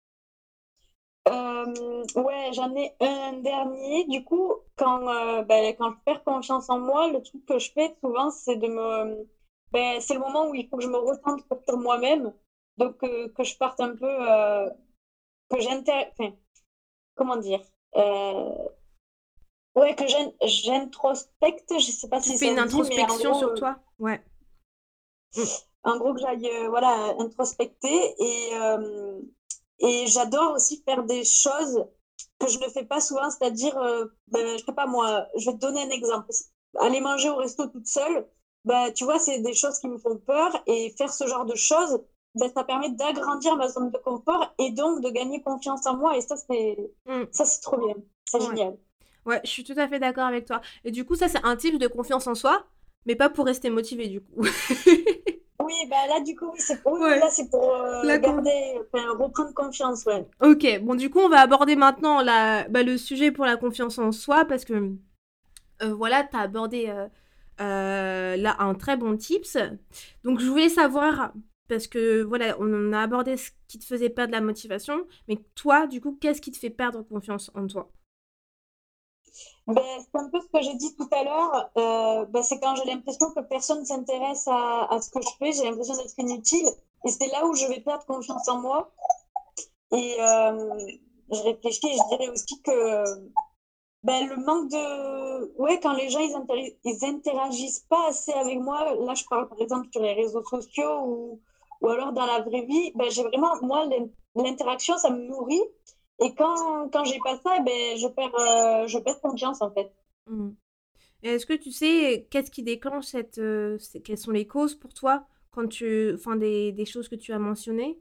Euh, ouais, j'en ai un dernier. Du coup, quand, euh, ben, quand je perds confiance en moi, le truc que je fais souvent, c'est de me... Ben, c'est le moment où il faut que je me recentre sur moi-même. Donc, euh, que je parte un peu... euh, que j'inter... Enfin, comment dire? Euh, ouais, que j'in- j'introspecte, je sais pas
Tu
si
fais
ça
une
se dit, mais en
introspection
gros...
sur
euh,
toi? Ouais. Mm.
En gros, que j'aille euh, voilà, introspecter. Et, euh, et j'adore aussi faire des choses que je ne fais pas souvent, c'est-à-dire, euh, ben, je sais pas moi, je vais te donner un exemple. Aller manger au resto toute seule, ben, tu vois, c'est des choses qui me font peur. Et faire ce genre de choses, ben, ça permet d'agrandir ma zone de confort et donc de gagner confiance en moi. Et ça, c'est,
Mm.
ça, c'est trop bien. C'est
Ouais.
génial.
Ouais, je suis tout à fait d'accord avec toi. Et du coup, ça, c'est un type de confiance en soi, mais pas pour rester motivé, du coup.
Oui, bah là, du coup, oui, c'est oui, oui,
Ouais,
là, c'est pour euh,
la con-
garder, enfin, reprendre confiance, ouais.
Ok, bon, du coup, on va aborder maintenant la, bah, le sujet pour la confiance en soi, parce que, euh, voilà, tu as abordé euh, euh, là un très bon tips. Donc, je voulais savoir, parce que, voilà, on a abordé ce qui te faisait perdre la motivation, mais toi, du coup, qu'est-ce qui te fait perdre confiance en toi?
Ben, c'est un peu ce que j'ai dit tout à l'heure. Euh, ben, c'est quand j'ai l'impression que personne ne s'intéresse à, à ce que je fais, j'ai l'impression d'être inutile. Et c'est là où je vais perdre confiance en moi. Et euh, je réfléchis et je dirais aussi que ben, le manque de... Ouais, quand les gens, ils, intéri- ils interagissent pas assez avec moi, là, je parle par exemple sur les réseaux sociaux ou, ou alors dans la vraie vie, ben, j'ai vraiment... Moi, l'in- l'interaction, ça me nourrit. Et quand, quand j'ai pas ça, ben, je perds, euh, je perds confiance, en fait.
Mm. Et est-ce que tu sais qu'est-ce qui déclenche cette... euh, c'est- quelles sont les causes pour toi quand tu... Enfin, des, des choses que tu as mentionnées?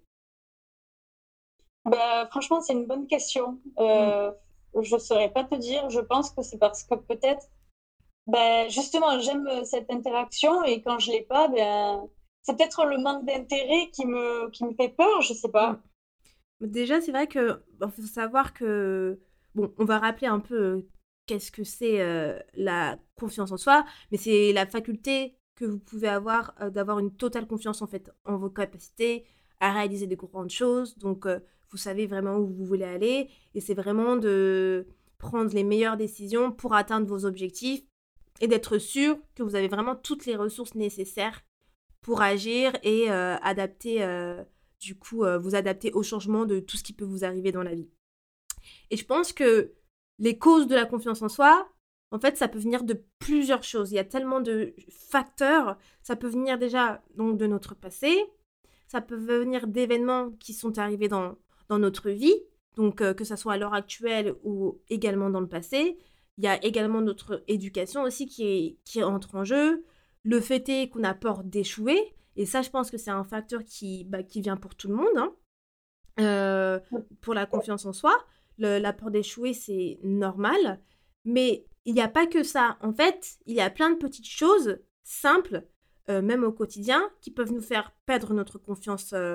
Bah, franchement, c'est une bonne question.
Mm.
Euh, je saurais pas te dire. Je pense que c'est parce que peut-être, ben, justement, j'aime cette interaction et quand je l'ai pas, ben, c'est peut-être le manque d'intérêt qui me, qui me fait peur, je sais
Mm.
pas.
Déjà, c'est vrai que bah, faut savoir que bon, on va rappeler un peu euh, qu'est-ce que c'est euh, la confiance en soi, mais c'est la faculté que vous pouvez avoir euh, d'avoir une totale confiance en fait en vos capacités à réaliser des grandes choses. Donc, euh, vous savez vraiment où vous voulez aller, et c'est vraiment de prendre les meilleures décisions pour atteindre vos objectifs et d'être sûr que vous avez vraiment toutes les ressources nécessaires pour agir et euh, adapter, euh, du coup, euh, vous adapter au changement de tout ce qui peut vous arriver dans la vie. Et je pense que les causes de la confiance en soi, en fait, ça peut venir de plusieurs choses. Il y a tellement de facteurs. Ça peut venir déjà donc de notre passé. Ça peut venir d'événements qui sont arrivés dans, dans notre vie, donc euh, que ça soit à l'heure actuelle ou également dans le passé. Il y a également notre éducation aussi qui, est, qui entre en jeu. Le fait est qu'on a peur d'échouer. Et ça, je pense que c'est un facteur qui, bah, qui vient pour tout le monde, hein. Euh, pour la confiance en soi. Le, la peur d'échouer, c'est normal. Mais il n'y a pas que ça. En fait, il y a plein de petites choses simples, euh, même au quotidien, qui peuvent nous faire perdre notre confiance euh,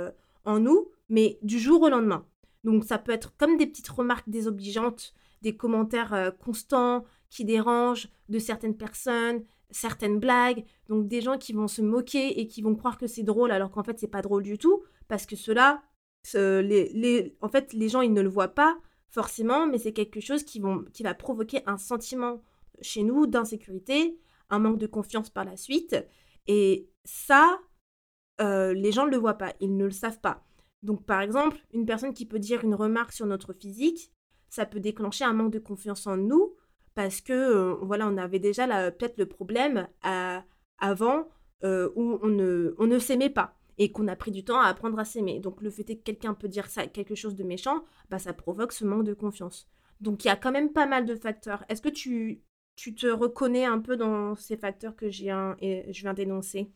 en nous, mais du jour au lendemain. Donc ça peut être comme des petites remarques désobligeantes, des commentaires euh, constants qui dérangent de certaines personnes, certaines blagues, donc des gens qui vont se moquer et qui vont croire que c'est drôle alors qu'en fait c'est pas drôle du tout, parce que cela, ce- les, les, en fait les gens ils ne le voient pas forcément, mais c'est quelque chose qui, vont, qui va provoquer un sentiment chez nous d'insécurité, un manque de confiance par la suite, et ça, euh, les gens ne le voient pas, ils ne le savent pas. Donc par exemple, une personne qui peut dire une remarque sur notre physique, ça peut déclencher un manque de confiance en nous parce que euh, voilà, on avait déjà la- peut-être le problème à- avant euh, où on ne, on ne s'aimait pas et qu'on a pris du temps à apprendre à s'aimer. Donc le fait est que quelqu'un peut dire ça, quelque chose de méchant, bah, ça provoque ce manque de confiance. Donc il y a quand même pas mal de facteurs. Est-ce que tu, tu te reconnais un peu dans ces facteurs que j'ai un- et je viens d'énoncer?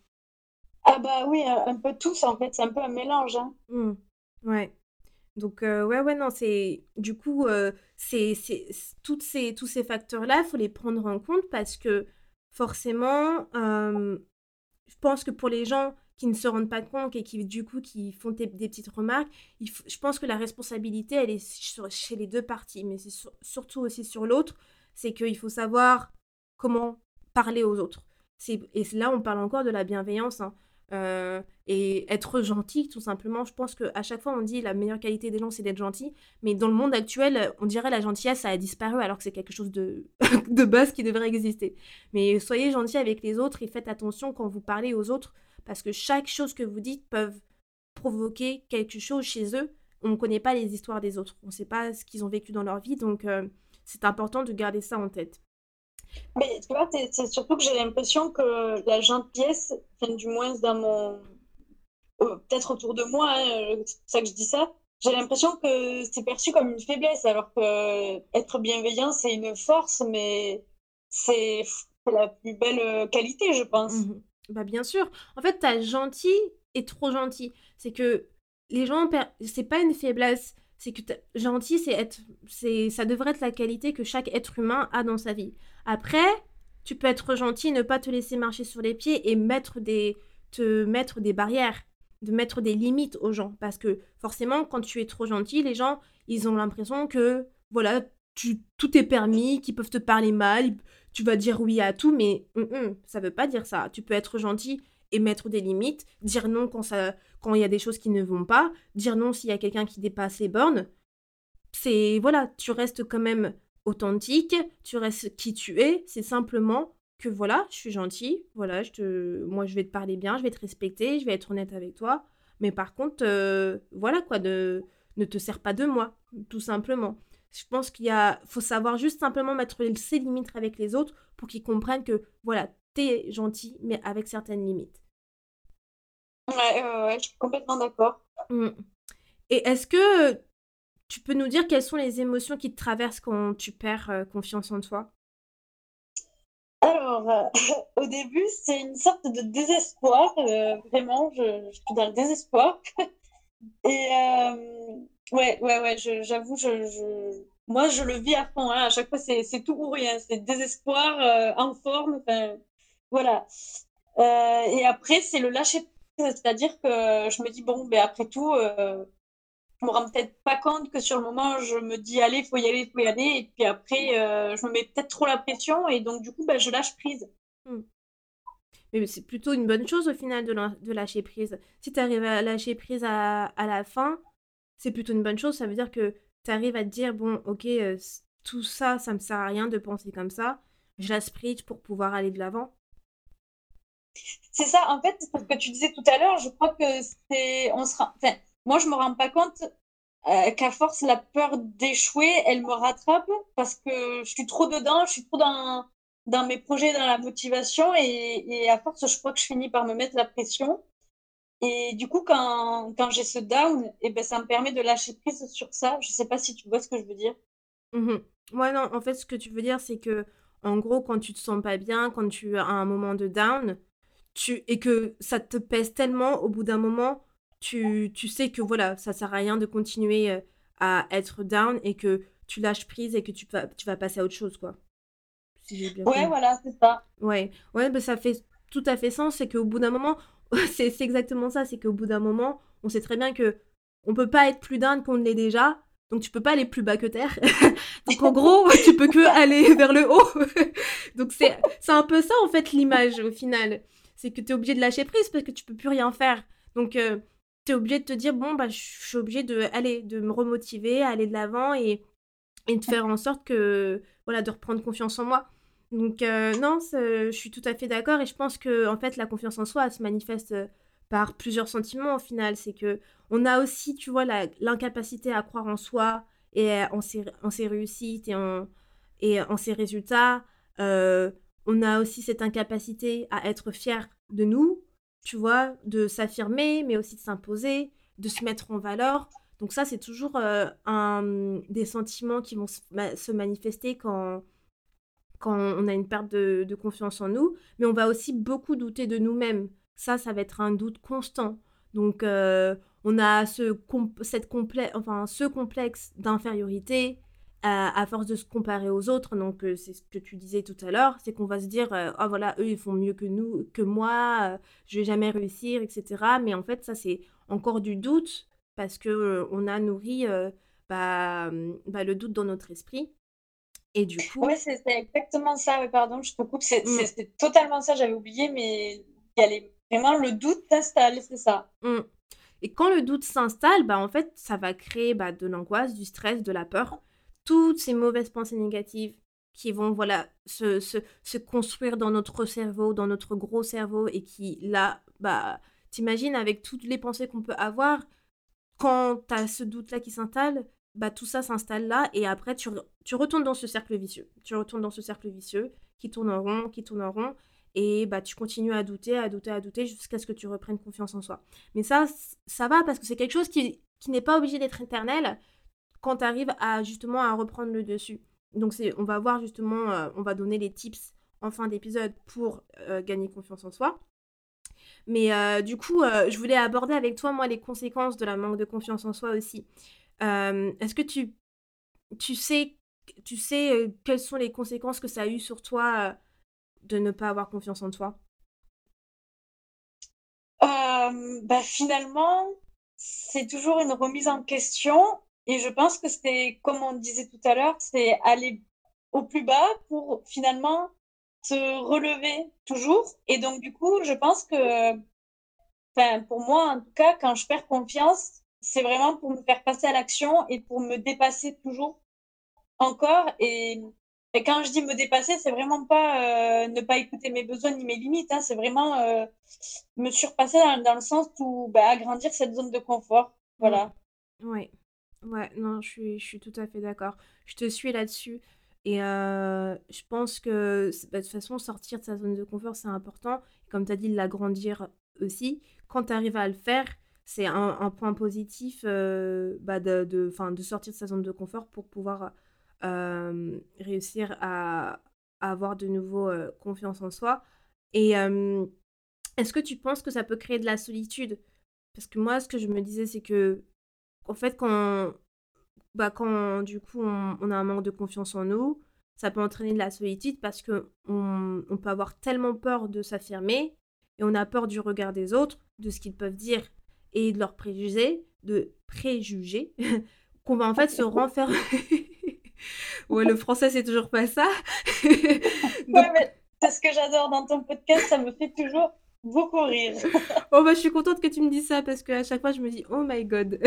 Ah bah oui, un, un peu tous en fait, c'est un peu un mélange, hein.
Hmm. Ouais. Donc, euh, ouais, ouais, non, c'est. Du coup, euh, c'est, c'est, c'est- toutes ces, tous ces facteurs-là, il faut les prendre en compte parce que forcément, euh, je pense que pour les gens qui ne se rendent pas compte et qui, du coup, qui font des, des petites remarques, il faut- je pense que la responsabilité, elle est sur- chez les deux parties, mais c'est sur- surtout aussi sur l'autre. C'est qu'il faut savoir comment parler aux autres. C'est, et là, on parle encore de la bienveillance, hein. Euh, et être gentil, tout simplement. Je pense qu'à chaque fois, on dit la meilleure qualité des gens, c'est d'être gentil. Mais dans le monde actuel, on dirait la gentillesse, ça a disparu alors que c'est quelque chose de, de base qui devrait exister. Mais soyez gentils avec les autres et faites attention quand vous parlez aux autres parce que chaque chose que vous dites peut provoquer quelque chose chez eux. On ne connaît pas les histoires des autres. On ne sait pas ce qu'ils ont vécu dans leur vie. Donc, euh, c'est important de garder ça en tête.
Mais tu vois, c'est c'est surtout que j'ai l'impression que la gentillesse, enfin, du moins dans mon, euh, peut-être autour de moi, hein, euh, c'est pour ça que je dis ça, j'ai l'impression que c'est perçu comme une faiblesse, alors que être bienveillant, c'est une force, mais c'est c'est la plus belle euh, qualité, je pense.
Mhm. Bah bien sûr. En fait, t'as gentil et trop gentil. C'est que les gens, per- c'est pas une faiblesse. C'est que t'as- gentil, c'est être, c'est, ça devrait être la qualité que chaque être humain a dans sa vie. Après, tu peux être gentil, ne pas te laisser marcher sur les pieds et mettre des, te mettre des barrières, de mettre des limites aux gens. Parce que forcément, quand tu es trop gentil, les gens, ils ont l'impression que, voilà, tu, tout est permis, qu'ils peuvent te parler mal, tu vas dire oui à tout, mais hum, hum, ça veut pas dire ça. Tu peux être gentil et mettre des limites, dire non quand ça, quand il y a des choses qui ne vont pas, dire non s'il y a quelqu'un qui dépasse les bornes. C'est voilà, tu restes quand même authentique, tu restes qui tu es. C'est simplement que voilà, je suis gentil, voilà, je te, moi je vais te parler bien, je vais te respecter, je vais être honnête avec toi. Mais par contre, euh, voilà quoi, de, ne te sers pas de moi, tout simplement. Je pense qu'il y a, faut savoir juste simplement mettre ses limites avec les autres pour qu'ils comprennent que voilà, t'es gentil, mais avec certaines limites.
Ouais, ouais, ouais, je suis complètement d'accord.
Mm. Et est-ce que tu peux nous dire quelles sont les émotions qui te traversent quand tu perds euh, confiance en toi?
Alors, euh, au début, c'est une sorte de désespoir, euh, vraiment, je, je suis dans le désespoir. Et euh, ouais, ouais, ouais, je- j'avoue, je, je- moi, je le vis à fond, hein. À chaque fois, c'est c'est tout ou rien. C'est désespoir euh, en forme. Enfin, voilà. Euh, et après, c'est le lâcher prise. C'est-à-dire que je me dis, bon, ben après tout, euh, je me rends peut-être pas compte que sur le moment, je me dis, allez, il faut y aller, il faut y aller. Et puis après, euh, je me mets peut-être trop la pression. Et donc, du coup, ben, je lâche prise.
Mm. Mais c'est plutôt une bonne chose au final de, la- de lâcher prise. Si tu arrives à lâcher prise à, à la fin, c'est plutôt une bonne chose. Ça veut dire que tu arrives à te dire, bon, ok, euh, c- tout ça, ça me sert à rien de penser comme ça. Je lâche prise pour pouvoir aller de l'avant.
C'est ça, en fait, c'est ce que tu disais tout à l'heure. Je crois que c'est, on se rend, enfin, moi, je me rends pas compte euh, qu'à force, la peur d'échouer, elle me rattrape parce que je suis trop dedans, je suis trop dans, dans mes projets, dans la motivation et, et à force, je crois que je finis par me mettre la pression. Et du coup, quand, quand j'ai ce down, et ben, ça me permet de lâcher prise sur ça. Je sais pas si tu vois ce que je veux dire.
Mhm. Ouais, non, en fait, ce que tu veux dire, c'est que, en gros, quand tu te sens pas bien, quand tu as un moment de down, tu, et que ça te pèse tellement, au bout d'un moment, tu, tu sais que voilà, ça sert à rien de continuer euh, à être down et que tu lâches prise et que tu vas, tu vas passer à autre chose, quoi. Si j'ai bien
Ouais,
compris.
voilà, c'est ça.
Ouais, ouais, bah ça fait. tout à fait sens, c'est qu'au bout d'un moment, c'est, c'est exactement ça, c'est qu'au bout d'un moment, on sait très bien que on peut pas être plus dingue qu'on ne l'est déjà, donc tu peux pas aller plus bas que terre. Donc en gros, tu peux que aller vers le haut. Donc c'est, c'est un peu ça en fait l'image au final. C'est que tu es obligé de lâcher prise parce que tu peux plus rien faire. Donc euh, tu es obligé de te dire, bon, bah, je suis obligé de, aller, de me remotiver, aller de l'avant et, et de faire en sorte que, voilà, de reprendre confiance en moi. Donc euh, non, c'est- je suis tout à fait d'accord et je pense que en fait la confiance en soi elle se manifeste euh, par plusieurs sentiments au final. C'est que on a aussi, tu vois, la- l'incapacité à croire en soi et euh, en ses, en ses réussites et en, et en ses résultats. Euh, on a aussi cette incapacité à être fier de nous, tu vois, de s'affirmer, mais aussi de s'imposer, de se mettre en valeur. Donc ça, c'est toujours euh, un, des sentiments qui vont se, ma- se manifester quand, quand on a une perte de, de confiance en nous, mais on va aussi beaucoup douter de nous-mêmes. Ça, ça va être un doute constant. Donc, euh, on a ce, com- cette complè- enfin, ce complexe d'infériorité à, à force de se comparer aux autres. Donc, euh, c'est ce que tu disais tout à l'heure, c'est qu'on va se dire, euh, oh voilà, eux, ils font mieux que nous, que moi, euh, je vais jamais réussir, et cetera. Mais en fait, ça, c'est encore du doute parce que euh, on a nourri euh, bah, hum, bah, le doute dans notre esprit. Et du
Ouais,
coup,
c'est c'est exactement ça. Ouais, pardon, je te coupe. C'est c'est-
hum,
c'est totalement ça. J'avais oublié, mais il y a les- vraiment le doute s'installe, c'est ça.
hum. Et quand le doute s'installe, bah en fait, ça va créer bah, de l'angoisse, du stress, de la peur, toutes ces mauvaises pensées négatives qui vont voilà se, se, se construire dans notre cerveau, dans notre gros cerveau, et qui là, bah, t'imagines avec toutes les pensées qu'on peut avoir, quand tu as ce doute-là qui s'installe, bah tout ça s'installe là, et après tu, re- tu retournes dans ce cercle vicieux. Tu retournes dans ce cercle vicieux qui tourne en rond, qui tourne en rond, et bah tu continues à douter, à douter, à douter, jusqu'à ce que tu reprennes confiance en soi. Mais ça, c- ça va parce que c'est quelque chose qui, qui n'est pas obligé d'être éternel quand tu arrives à justement à reprendre le dessus. Donc c'est, on va voir justement, euh, on va donner les tips en fin d'épisode pour euh, gagner confiance en soi. Mais euh, du coup, euh, je voulais aborder avec toi, moi, les conséquences de la manque de confiance en soi aussi. Euh, est-ce que tu, tu sais, tu sais euh, quelles sont les conséquences que ça a eu sur toi euh, de ne pas avoir confiance en toi?
Euh, bah, finalement, c'est toujours une remise en question. Et je pense que c'est, comme on disait tout à l'heure, c'est aller au plus bas pour finalement se relever toujours. Et donc, du coup, je pense que, enfin, pour moi, en tout cas, quand je perds confiance, c'est vraiment pour me faire passer à l'action et pour me dépasser toujours encore. Et, et quand je dis me dépasser, c'est vraiment pas euh, ne pas écouter mes besoins ni mes limites, hein, c'est vraiment euh, me surpasser dans, dans le sens où bah, agrandir cette zone de confort.
Mm.
Voilà.
Ouais, ouais, non, je suis, je suis tout à fait d'accord. Je te suis là-dessus. Et euh, je pense que c'est- bah, de toute façon, sortir de sa zone de confort, c'est important. Comme tu as dit, l'agrandir aussi. Quand tu arrives à le faire, c'est un, un point positif euh, bah, de, de, 'fin, de sortir de sa zone de confort pour pouvoir euh, réussir à, à avoir de nouveau euh, confiance en soi. Et euh, est-ce que tu penses que ça peut créer de la solitude? Parce que moi, ce que je me disais, c'est que en fait, quand, bah, quand du coup on, on a un manque de confiance en nous, ça peut entraîner de la solitude parce que on, on peut avoir tellement peur de s'affirmer et on a peur du regard des autres, de ce qu'ils peuvent dire et de leurs préjugés, de préjugés, qu'on va en fait se renfermer. Ouais, le français, c'est toujours pas ça.
Ouais,
Donc,
mais c'est ce que j'adore dans ton podcast, ça me fait toujours beaucoup rire.
oh, bah, je suis contente que tu me dises ça parce qu'à chaque fois, je me dis, oh my god.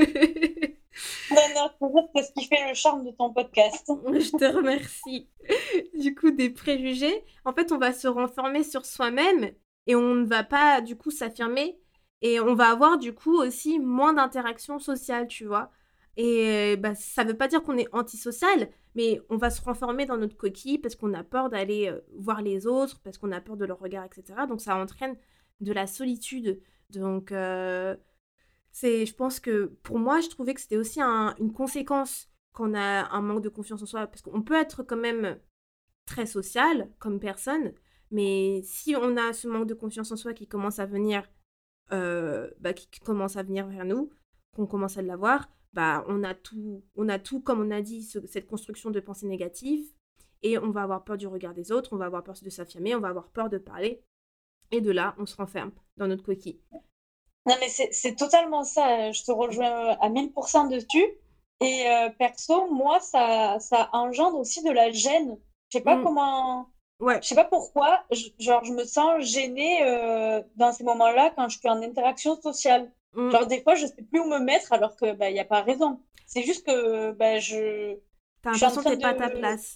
Non, non, je te jure que c'est ce qui fait le charme de ton podcast.
Je te remercie. Du coup, des préjugés, en fait, on va se renfermer sur soi-même et on ne va pas, du coup, s'affirmer et on va avoir, du coup, aussi moins d'interactions sociales, tu vois. Et bah, ça ne veut pas dire qu'on est antisocial, mais on va se renfermer dans notre coquille parce qu'on a peur d'aller euh, voir les autres, parce qu'on a peur de leur regard, et cetera. Donc, ça entraîne de la solitude. Donc, euh, c'est, je pense que pour moi, je trouvais que c'était aussi un- une conséquence qu'on a un manque de confiance en soi, parce qu'on peut être quand même très social comme personne, mais si on a ce manque de confiance en soi qui commence à venir, euh, bah, qui commence à venir vers nous, qu'on commence à l'avoir, bah, on a tout, on a tout, comme on a dit, ce- cette construction de pensées négatives, et on va avoir peur du regard des autres, on va avoir peur de s'affirmer, on va avoir peur de parler. Et de là, on se renferme dans notre coquille.
Non, mais c'est c'est totalement ça. Je te rejoins à mille pour cent dessus. Et euh, perso, moi, ça, ça engendre aussi de la gêne. Je sais pas
Mm.
comment.
Ouais.
Je sais pas pourquoi. je- genre, je me sens gênée euh, dans ces moments-là quand je suis en interaction sociale.
Mm.
Genre, des fois, je sais plus où me mettre alors que bah, y a pas raison. C'est juste que bah, je,
T'as
je suis en
l'impression que
train
t'es pas à ta
de.
place.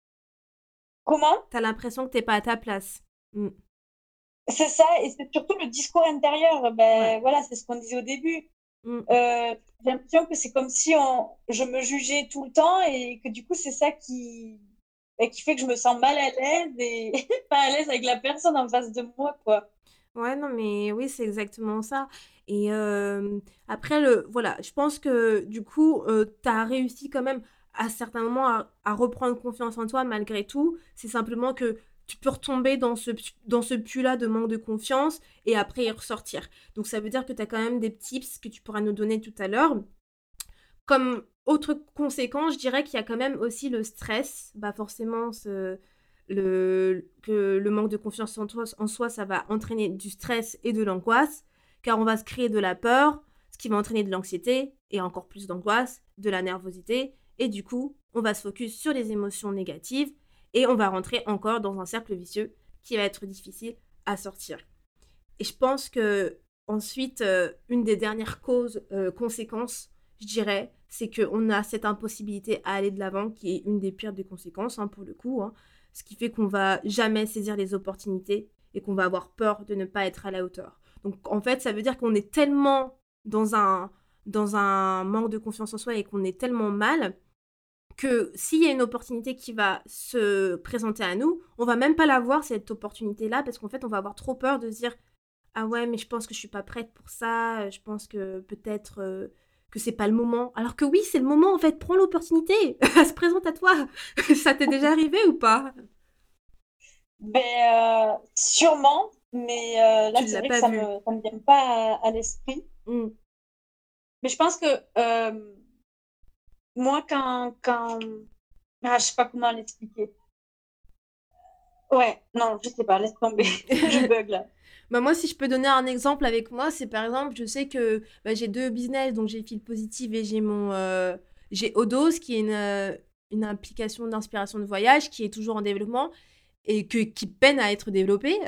Comment?
T'as l'impression que t'es pas à ta place. Mm.
C'est ça, et c'est surtout le discours intérieur.
Ouais.
Ben voilà, c'est ce qu'on disait au début.
Mm.
Euh, j'ai l'impression que c'est comme si on, je me jugeais tout le temps et que du coup, c'est ça qui, ben, qui fait que je me sens mal à l'aise et pas à l'aise avec la personne en face de moi, quoi.
Ouais, non, mais oui, c'est exactement ça. Et euh, après, le, voilà, je pense que du coup, euh, tu as réussi quand même à certains moments à, à reprendre confiance en toi malgré tout. C'est simplement que tu peux retomber dans ce, dans ce puits-là de manque de confiance et après y ressortir. Donc ça veut dire que tu as quand même des tips que tu pourras nous donner tout à l'heure. Comme autre conséquence, je dirais qu'il y a quand même aussi le stress. Bah forcément, ce, le, que le manque de confiance en, toi, en soi, ça va entraîner du stress et de l'angoisse, car on va se créer de la peur, ce qui va entraîner de l'anxiété et encore plus d'angoisse, de la nervosité, et du coup, on va se focus sur les émotions négatives et on va rentrer encore dans un cercle vicieux qui va être difficile à sortir. Et je pense que ensuite, euh, une des dernières causes, euh, conséquences, je dirais, c'est qu'on a cette impossibilité à aller de l'avant, qui est une des pires des conséquences, hein, pour le coup, hein, ce qui fait qu'on va jamais saisir les opportunités et qu'on va avoir peur de ne pas être à la hauteur. Donc en fait, ça veut dire qu'on est tellement dans un, dans un manque de confiance en soi et qu'on est tellement mal que s'il y a une opportunité qui va se présenter à nous, on va même pas la voir, cette opportunité-là, parce qu'en fait, on va avoir trop peur de se dire ah ouais, mais je pense que je suis pas prête pour ça. Je pense que peut-être euh, que c'est pas le moment. Alors que oui, c'est le moment en fait. Prends l'opportunité. Elle se présente à toi. Ça t'est déjà arrivé ou pas?
Ben, euh, sûrement, mais euh, là,
Tu ne
c'est
l'as
vrai que
pas
ça
vu.
me, ça me vient pas à, à l'esprit.
Mm.
Mais je pense que euh, moi, quand, quand... Ah, je sais pas comment l'expliquer. Ouais, non, je sais pas, laisse tomber.
Mm.
Je bug là.
Bah moi, si je peux donner un exemple avec moi, c'est par exemple, je sais que bah, j'ai deux business, donc j'ai Feel Positive et j'ai mon euh, j'ai Odos, qui est une, euh, une application d'inspiration de voyage qui est toujours en développement et que, qui peine à être développée.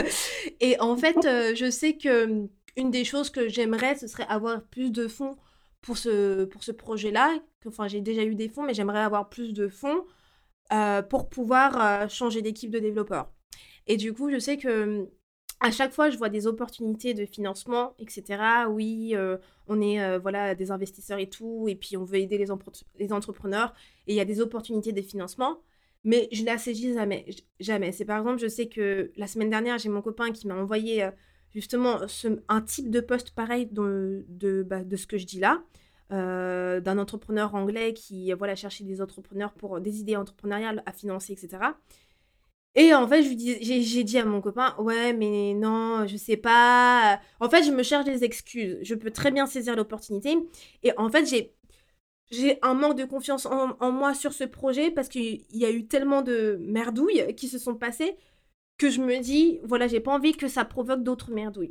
Et en fait, euh, je sais que hum, une des choses que j'aimerais, ce serait avoir plus de fonds pour ce, pour ce projet-là. Que- Enfin, j'ai déjà eu des fonds, mais j'aimerais avoir plus de fonds euh, pour pouvoir euh, changer d'équipe de développeurs. Et du coup, je sais que hum, à chaque fois, je vois des opportunités de financement, et cetera. Oui, euh, on est euh, voilà, des investisseurs et tout, et puis on veut aider les, empre- les entrepreneurs, et il y a des opportunités de financement, mais je ne la saisis jamais. j- Jamais. C'est par exemple, je sais que la semaine dernière, j'ai mon copain qui m'a envoyé euh, justement ce- un type de poste pareil de, de, bah, de ce que je dis là, euh, d'un entrepreneur anglais qui euh, voilà, cherchait des entrepreneurs pour des idées entrepreneuriales à financer, et cetera. Et en fait, je lui dis, j'ai, j'ai dit à mon copain, ouais, mais non, je sais pas. En fait, je me cherche des excuses. Je peux très bien saisir l'opportunité. Et en fait, j'ai, j'ai un manque de confiance en, en moi sur ce projet parce qu'il y a eu tellement de merdouilles qui se sont passées que je me dis, voilà, j'ai pas envie que ça provoque d'autres merdouilles.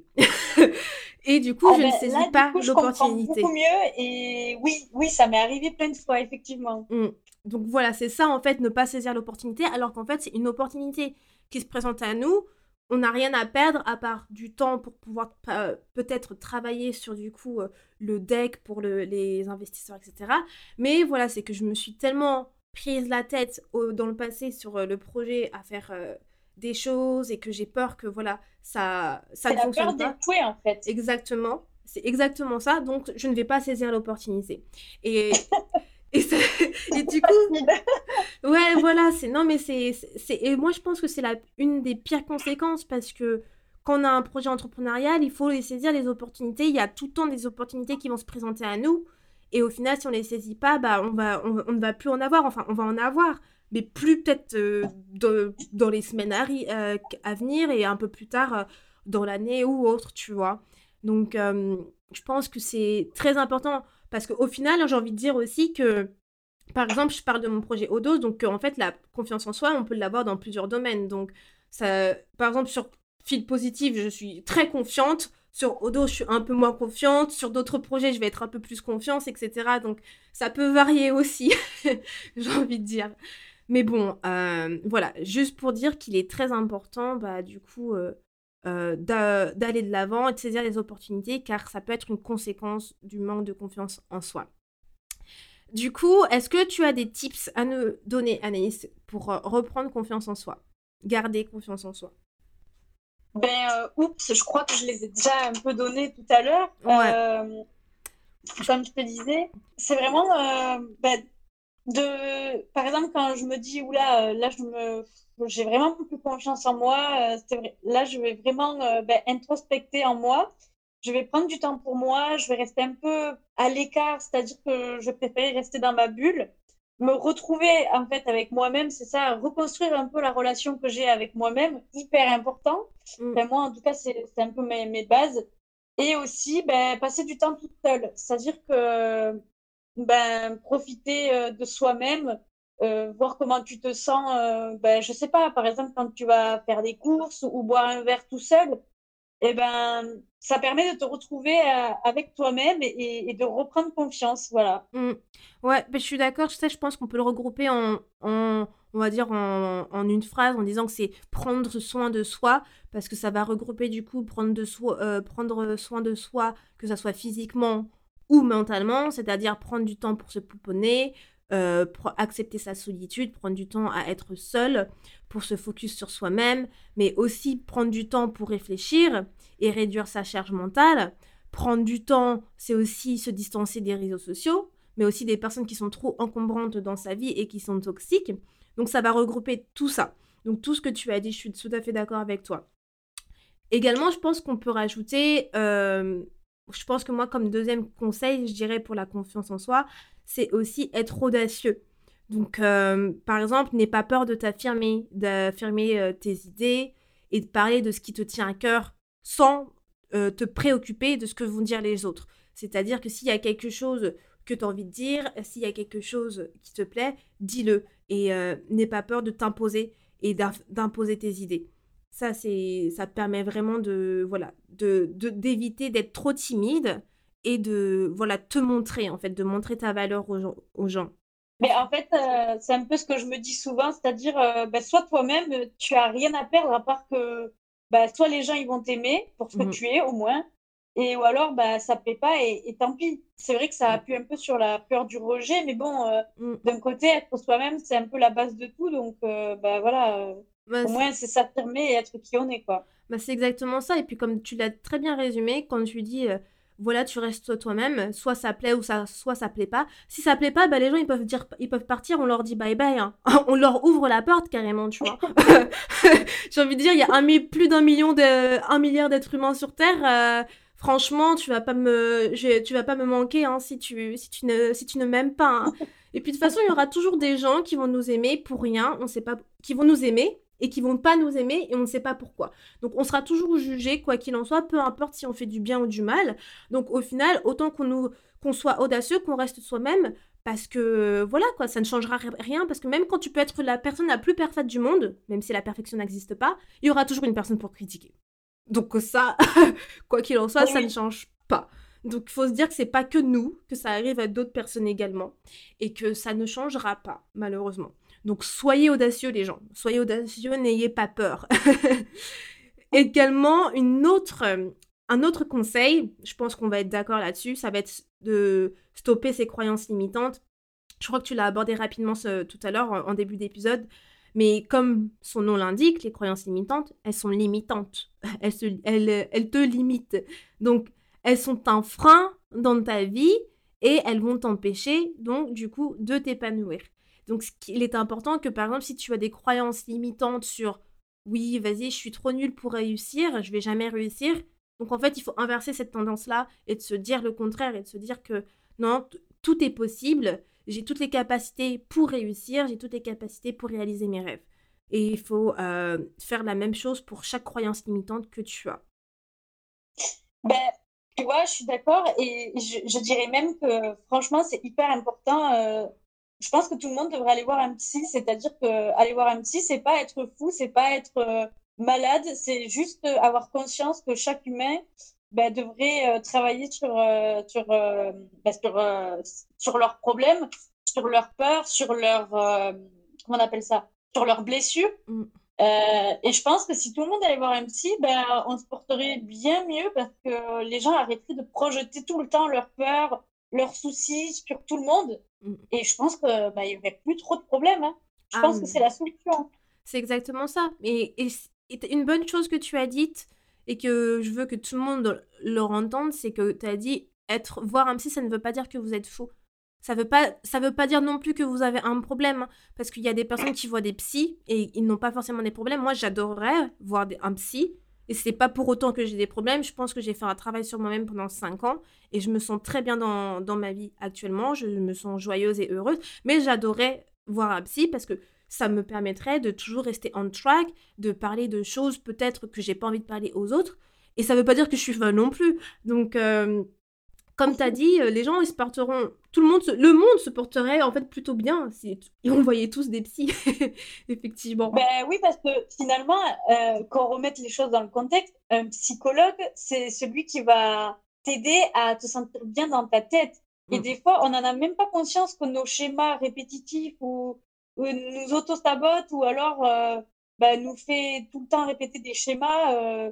Et du coup,
Ah
je ne
ben
saisis
là, du
pas
coup, je comprends beaucoup
l'opportunité.
mieux et oui, oui, ça m'est arrivé plein de fois, effectivement.
Mm. Donc voilà, c'est ça en fait, ne pas saisir l'opportunité, alors qu'en fait, c'est une opportunité qui se présente à nous. On n'a rien à perdre à part du temps pour pouvoir euh, peut-être travailler sur du coup euh, le deck pour le- les investisseurs, et cetera. Mais voilà, c'est que je me suis tellement prise la tête au- dans le passé sur euh, le projet à faire euh, des choses et que j'ai peur que voilà, ça, ça
C'est
ne
la peur
fonctionne pas.
d'échouer, en fait.
Exactement, c'est exactement ça. Donc je ne vais pas saisir l'opportunité. Et et, ça- et du coup,
Facile.
ouais, voilà, c'est non, mais c'est, c'est, c'est- et moi je pense que c'est la une des pires conséquences parce que quand on a un projet entrepreneurial, il faut les saisir les opportunités. Il y a tout le temps des opportunités qui vont se présenter à nous, et au final, si on les saisit pas, bah on va, on, va- on ne va plus en avoir. Enfin, on va en avoir, mais plus peut-être euh, de- dans les semaines à, ri- euh, à venir et un peu plus tard euh, dans l'année ou autre, tu vois. Donc, euh, je pense que c'est très important parce qu'au final, j'ai envie de dire aussi que par exemple, je parle de mon projet Odos, donc euh, en fait, la confiance en soi, on peut l'avoir dans plusieurs domaines. Donc, ça, par exemple, sur fil positif, je suis très confiante. Sur Odo, je suis un peu moins confiante. Sur d'autres projets, je vais être un peu plus confiante, et cetera. Donc, ça peut varier aussi, j'ai envie de dire. Mais bon, euh, voilà, juste pour dire qu'il est très important, bah, du coup, euh, euh, d'a- d'aller de l'avant et de saisir les opportunités, car ça peut être une conséquence du manque de confiance en soi. Du coup, est-ce que tu as des tips à nous donner, Anaïs, pour euh, reprendre confiance en soi, garder confiance en soi?
Ben, euh, oups, je crois que je les ai déjà un peu donnés tout à l'heure.
Ouais.
Euh, comme je te disais, c'est vraiment euh, ben, de, par exemple, quand je me dis, oula, euh, là, je me, j'ai vraiment plus confiance en moi, euh, c'est vrai, là, je vais vraiment euh, ben, introspecter en moi. Je vais prendre du temps pour moi, je vais rester un peu à l'écart, c'est-à-dire que je préfère rester dans ma bulle, me retrouver en fait avec moi-même, c'est ça, reconstruire un peu la relation que j'ai avec moi-même, hyper important.
Mm.
Enfin, moi, en tout cas, c'est c'est un peu mes, mes bases. Et aussi, ben, passer du temps toute seule, c'est-à-dire que ben, profiter euh, de soi-même, euh, voir comment tu te sens, euh, ben, je sais pas, par exemple, quand tu vas faire des courses ou boire un verre tout seul, eh ben, ça permet de te retrouver euh, avec toi-même et, et de reprendre confiance, voilà.
Mm. Ouais, ben, je suis d'accord. Ça, je pense qu'on peut le regrouper en, en- on va dire, en, en une phrase en disant que c'est prendre soin de soi, parce que ça va regrouper du coup prendre, de soi, euh, prendre soin de soi, que ça soit physiquement ou mentalement, c'est-à-dire prendre du temps pour se pouponner, euh, pro- accepter sa solitude, prendre du temps à être seul, pour se focus sur soi-même, mais aussi prendre du temps pour réfléchir et réduire sa charge mentale. Prendre du temps, c'est aussi se distancer des réseaux sociaux, mais aussi des personnes qui sont trop encombrantes dans sa vie et qui sont toxiques. Donc ça va regrouper tout ça. Donc tout ce que tu as dit, je suis tout à fait d'accord avec toi. Également, je pense qu'on peut rajouter, euh, je pense que moi, comme deuxième conseil, je dirais pour la confiance en soi, c'est aussi être audacieux. Donc, euh, par exemple, n'aie pas peur de t'affirmer, d'affirmer euh, tes idées et de parler de ce qui te tient à cœur sans euh, te préoccuper de ce que vont dire les autres. C'est-à-dire que s'il y a quelque chose que tu as envie de dire, s'il y a quelque chose qui te plaît, dis-le. Et euh, n'aie pas peur de t'imposer et d'imposer tes idées. Ça, c'est, ça te permet vraiment de, voilà, de, de- d'éviter d'être trop timide et de, voilà, te montrer, en fait, de montrer ta valeur aux gens. Aux gens.
Mais en fait, euh, c'est un peu ce que je me dis souvent, c'est-à-dire, euh, ben, soit toi-même, euh, tu as rien à perdre à part que, ben, soit les gens, ils vont t'aimer pour ce que
Mhm.
tu es, au moins, et ou alors, bah, ça plaît pas et, et tant pis. C'est vrai que ça appuie un peu sur la peur du rejet, mais bon, euh,
Mhm.
d'un côté, être soi-même, c'est un peu la base de tout, donc, euh, bah, voilà, euh,
Bah,
au
c'est,
moins, c'est s'affirmer et être qui on est, quoi.
bah, c'est exactement ça. Et puis, comme tu l'as très bien résumé, quand tu dis, euh, voilà, tu restes toi-même, soit ça plaît ou ça, soit ça plaît pas. Si ça plaît pas, bah, les gens, ils peuvent dire, ils peuvent partir, on leur dit bye bye, hein. On leur ouvre la porte carrément, tu vois. J'ai envie de dire, il y a un, mi- plus d'un million de, un milliard d'êtres humains sur Terre. euh, franchement, tu vas pas me, je- tu vas pas me manquer hein, si tu, si tu ne, si tu ne m'aimes pas. Hein. Et puis de toute façon, il y aura toujours des gens qui vont nous aimer pour rien. On sait pas, qui vont nous aimer et qui vont pas nous aimer et on ne sait pas pourquoi. Donc on sera toujours jugé quoi qu'il en soit, peu importe si on fait du bien ou du mal. Donc au final, autant qu'on nous, qu'on soit audacieux, qu'on reste soi-même. Parce que voilà quoi, ça ne changera rien. Parce que même quand tu peux être la personne la plus parfaite du monde, même si la perfection n'existe pas, il y aura toujours une personne pour critiquer. Donc ça, quoi qu'il en soit,
Oui,
ça ne
oui.
change pas. Donc il faut se dire que c'est pas que nous, que ça arrive à d'autres personnes également, et que ça ne changera pas, malheureusement. Donc soyez audacieux les gens, soyez audacieux, n'ayez pas peur. Également, une autre, euh, un autre conseil, je pense qu'on va être d'accord là-dessus, ça va être de stopper ses croyances limitantes. Je crois que tu l'as abordé rapidement ce- tout à l'heure en, en début d'épisode, mais comme son nom l'indique, les croyances limitantes, elles sont limitantes. Elles, se, elles, elles te limitent. Donc, elles sont un frein dans ta vie et elles vont t'empêcher, donc, du coup, de t'épanouir. Donc, ce qu'il est important que, par exemple, si tu as des croyances limitantes sur oui, vas-y, je suis trop nulle pour réussir, je vais jamais réussir. Donc, en fait, il faut inverser cette tendance-là et de se dire le contraire et de se dire que non, t- tout est possible j'ai toutes les capacités pour réussir, j'ai toutes les capacités pour réaliser mes rêves. Et il faut euh, faire la même chose pour chaque croyance limitante que tu as.
Ben, tu vois, je suis d'accord et je, je dirais même que franchement, c'est hyper important. euh, je pense que tout le monde devrait aller voir un psy, c'est-à-dire que aller voir un psy, c'est pas être fou, c'est pas être euh, malade, c'est juste euh, avoir conscience que chaque humain bah, devrait euh, travailler sur, euh, sur, euh, bah, sur, euh, sur leurs problèmes, sur leurs peurs, sur leurs, euh, comment on appelle ça, sur leurs blessures.
Mm.
Euh, et je pense que si tout le monde allait voir un psy, ben, on se porterait bien mieux parce que les gens arrêteraient de projeter tout le temps leurs peurs, leurs soucis sur tout le monde.
Mm.
Et je pense que ben, il n'y aurait plus trop de problèmes. Hein. Je
Ah,
pense que
mais
c'est la solution.
c'est exactement ça. Et, et, c- et t- une bonne chose que tu as dite et que je veux que tout le monde le entende, c'est que tu as dit être voir un psy, ça ne veut pas dire que vous êtes faux. Ça veut pas, ça veut pas dire non plus que vous avez un problème, hein, parce qu'il y a des personnes qui voient des psys et ils n'ont pas forcément des problèmes. Moi, j'adorerais voir des- un psy et c'est pas pour autant que j'ai des problèmes. Je pense que j'ai fait un travail sur moi-même pendant cinq ans et je me sens très bien dans, dans ma vie actuellement. Je me sens joyeuse et heureuse, mais j'adorerais voir un psy parce que ça me permettrait de toujours rester on track, de parler de choses peut-être que j'ai pas envie de parler aux autres. Et ça veut pas dire que je suis folle non plus. Donc, euh, comme tu as dit, euh, les gens, ils se porteront... Tout le monde, se- le monde se porterait en fait plutôt bien si t- on voyait tous des psys, effectivement.
Ben oui, parce que finalement, euh, quand on remette les choses dans le contexte, un psychologue, c'est celui qui va t'aider à te sentir bien dans ta tête. Et
Mm.
des fois, on n'en a même pas conscience que nos schémas répétitifs ou, ou nous auto-sabotent ou alors euh, ben, nous fait tout le temps répéter des schémas. euh,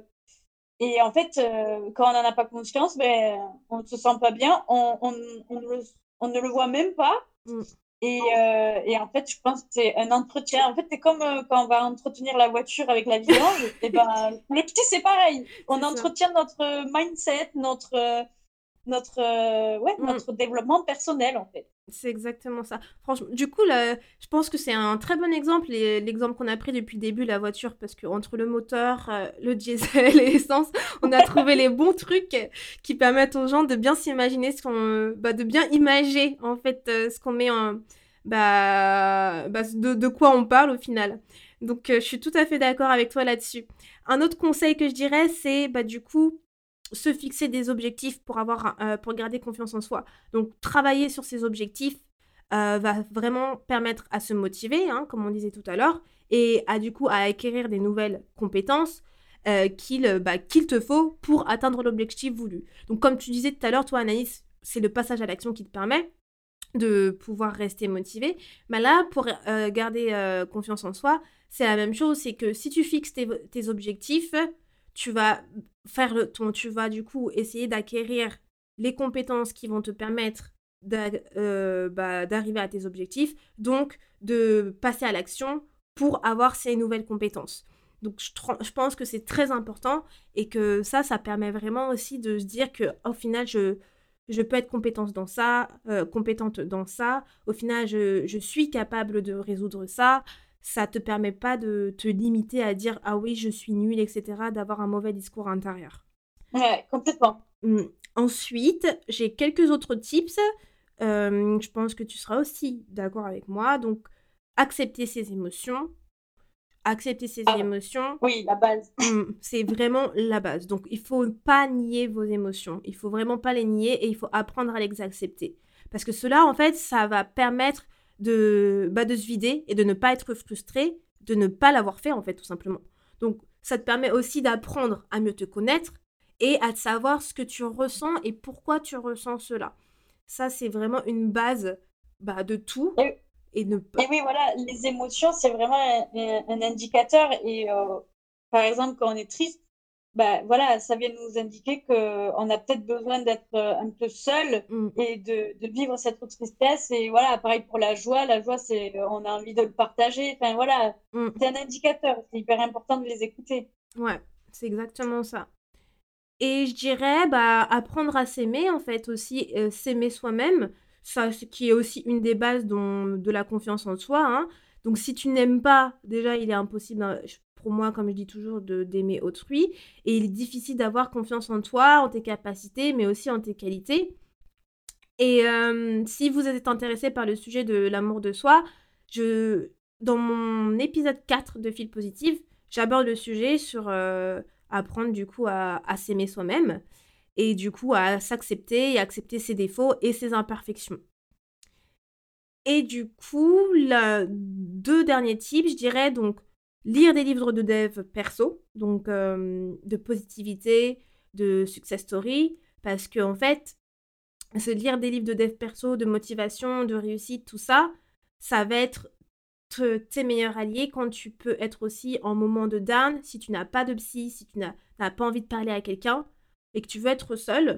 et en fait, euh, quand on n'en a pas conscience, ben, on ne se sent pas bien, on, on, on, ne le, on ne le voit même pas.
Mm.
Et, euh, et en fait, je pense que c'est un entretien. En fait, c'est comme euh, quand on va entretenir la voiture avec la vidange. Et ben, le petit, c'est pareil. On
C'est ça.
entretient notre mindset, notre, euh, notre, euh, ouais,
Mm.
notre développement personnel, en fait.
C'est exactement ça. Franchement, du coup, là, je pense que c'est un très bon exemple, et l'exemple qu'on a pris depuis le début, la voiture, parce que entre le moteur, euh, le diesel et l'essence, on a trouvé les bons trucs qui permettent aux gens de bien s'imaginer ce qu'on, bah, de bien imager en fait euh, ce qu'on met en, bah, bah, de, de quoi on parle au final. Donc, euh, je suis tout à fait d'accord avec toi là-dessus. Un autre conseil que je dirais, c'est bah du coup se fixer des objectifs pour avoir, euh, pour garder confiance en soi. Donc, travailler sur ces objectifs euh, va vraiment permettre à se motiver, hein, comme on disait tout à l'heure, et à du coup à acquérir des nouvelles compétences euh, qu'il bah, qu'il te faut pour atteindre l'objectif voulu. Donc, comme tu disais tout à l'heure, toi, Anaïs, c'est le passage à l'action qui te permet de pouvoir rester motivé. Mais là, pour euh, garder euh, confiance en soi, c'est la même chose. C'est que si tu fixes tes, tes objectifs, tu vas faire le, ton, tu vas du coup essayer d'acquérir les compétences qui vont te permettre d'a- euh, bah, d'arriver à tes objectifs, donc de passer à l'action pour avoir ces nouvelles compétences. Donc je, tr- je pense que c'est très important et que ça, ça permet vraiment aussi de se dire que au final, je, je peux être compétente dans ça, euh, compétente dans ça. Au final, je, je suis capable de résoudre ça. Ça te permet pas de te limiter à dire ah oui, je suis nulle, et cetera, d'avoir un mauvais discours intérieur.
Ouais, complètement.
Hum, Ensuite, j'ai quelques autres tips. Euh, je pense que tu seras aussi d'accord avec moi. Donc, accepter ses émotions. Accepter ses
Ah,
émotions,
oui, la base.
hum, c'est vraiment la base. Donc, il faut pas nier vos émotions. Il faut vraiment pas les nier et il faut apprendre à les accepter. Parce que cela, en fait, ça va permettre de, bah, de se vider et de ne pas être frustré, de ne pas l'avoir fait, en fait, tout simplement. Donc, ça te permet aussi d'apprendre à mieux te connaître et à savoir ce que tu ressens et pourquoi tu ressens cela. Ça, c'est vraiment une base bah, de tout.
Et,
Et ne
et oui, voilà, les émotions, c'est vraiment un, un- un indicateur. Et euh, par exemple, quand on est triste, bah, voilà, ça vient nous indiquer qu'on a peut-être besoin d'être euh, un peu seul
Mm,
et de, de vivre cette tristesse. Et voilà, pareil pour la joie. La joie, c'est euh, on a envie de le partager. Enfin, voilà,
mm,
c'est un indicateur. C'est hyper important de les écouter.
ouais, c'est exactement ça. Et je dirais, bah, apprendre à s'aimer, en fait, aussi, euh, s'aimer soi-même, ça, ce qui est aussi une des bases dont- de la confiance en soi, hein. Donc, si tu n'aimes pas, déjà, il est impossible, hein, je- pour moi, comme je dis toujours, de, d'aimer autrui. Et il est difficile d'avoir confiance en toi, en tes capacités, mais aussi en tes qualités. Et euh, si vous êtes intéressé par le sujet de l'amour de soi, je, dans mon épisode quatre de Fil Positive, j'aborde le sujet sur euh, apprendre du coup à, à s'aimer soi-même et du coup à s'accepter et accepter ses défauts et ses imperfections. Et du coup, les deux derniers tips, je dirais donc lire des livres de dev perso, donc euh, de positivité, de success story, parce que en fait, se lire des livres de dev perso, de motivation, de réussite, tout ça, ça va être te- tes meilleurs alliés quand tu peux être aussi en moment de down, si tu n'as pas de psy, si tu n'as n'as pas envie de parler à quelqu'un et que tu veux être seul,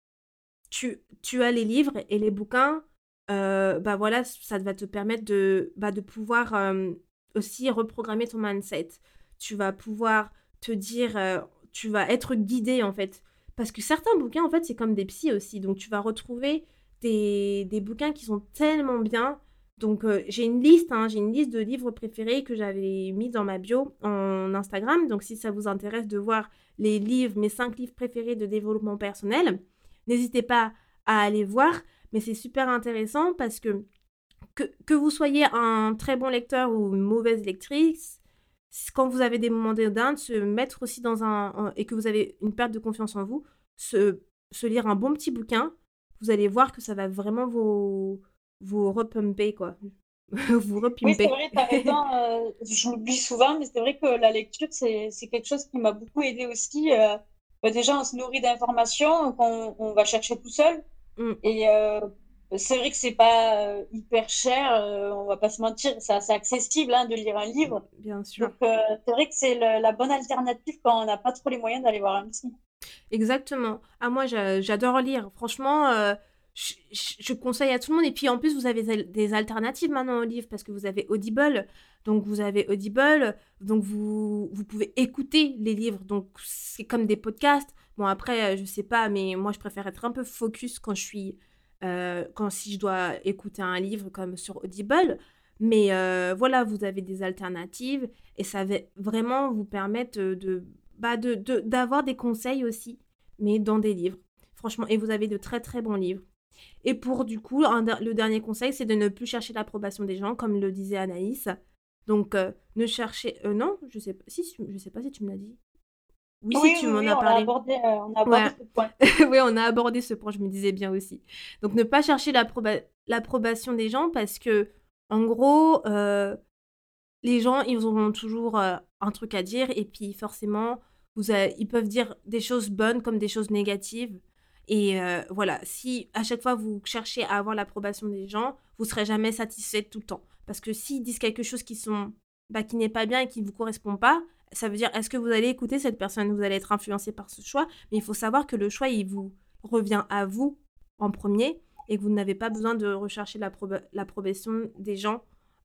tu, tu as les livres et les bouquins, euh, bah voilà, ça va te permettre de, bah de pouvoir euh, aussi reprogrammer ton mindset. Tu vas pouvoir te dire, euh, tu vas être guidé en fait. Parce que certains bouquins, en fait, c'est comme des psys aussi. Donc, tu vas retrouver des, des bouquins qui sont tellement bien. Donc, euh, j'ai une liste, hein, j'ai une liste de livres préférés que j'avais mis dans ma bio en Instagram. Donc, si ça vous intéresse de voir les livres, mes cinq livres préférés de développement personnel, n'hésitez pas à aller voir, mais c'est super intéressant parce que, que que vous soyez un très bon lecteur ou une mauvaise lectrice, quand vous avez des moments de down, se mettre aussi dans un, un- et que vous avez une perte de confiance en vous, se, se lire un bon petit bouquin, vous allez voir que ça va vraiment vous, vous repumper, quoi. Vous
Oui, c'est
repimper.
vrai, tu as raison. Euh, je l'oublie souvent, mais c'est vrai que la lecture, c'est, c'est quelque chose qui m'a beaucoup aidé aussi. Euh, bah, déjà, on se nourrit d'informations qu'on on va chercher tout seul.
Mm,
Et euh, c'est vrai que c'est pas euh, hyper cher, euh, on va pas se mentir, c'est assez accessible hein, de lire un livre.
bien sûr.
Donc, euh, c'est vrai que c'est le- la bonne alternative quand on n'a pas trop les moyens d'aller voir un psy.
Exactement. Ah, moi, j'a- j'adore lire. Franchement, euh, je, je- je conseille à tout le monde. Et puis, en plus, vous avez des des alternatives maintenant aux livres parce que vous avez Audible. Donc, vous avez Audible. Donc, vous, vous pouvez écouter les livres. Donc, c'est comme des podcasts. Bon, après, euh, je sais pas, mais moi, je préfère être un peu focus quand je suis... euh, quand si je dois écouter un livre comme sur Audible. Mais euh, voilà, vous avez des alternatives et ça va vraiment vous permettre de, de bah de, de- d'avoir des conseils aussi, mais dans des livres. Franchement, et vous avez de très très bons livres. Et pour du coup, un der- le dernier conseil, c'est de ne plus chercher l'approbation des gens, comme le disait Anaïs. Donc, euh, ne cherchez... euh, non, je sais pas si, je sais pas si tu me l'as dit. Oui, si
Oui,
tu
oui,
m'en
oui,
as
on a
parlé.
abordé, euh, on a abordé
Ouais,
ce point.
oui, on a abordé ce point, je me disais bien aussi. Donc, ne pas chercher l'approba- l'approbation des gens parce que, en gros, euh, les gens, ils auront toujours euh, un truc à dire et puis forcément, vous avez- ils peuvent dire des choses bonnes comme des choses négatives. Et euh, voilà, si à chaque fois vous cherchez à avoir l'approbation des gens, vous serez jamais satisfait tout le temps. Parce que s'ils disent quelque chose qui sont, bah, qui n'est pas bien et qui ne vous correspond pas, ça veut dire est-ce que vous allez écouter cette personne, vous allez être influencé par ce choix. Mais il faut savoir que le choix, il vous revient à vous en premier et que vous n'avez pas besoin de rechercher l'approba- l'approbation des gens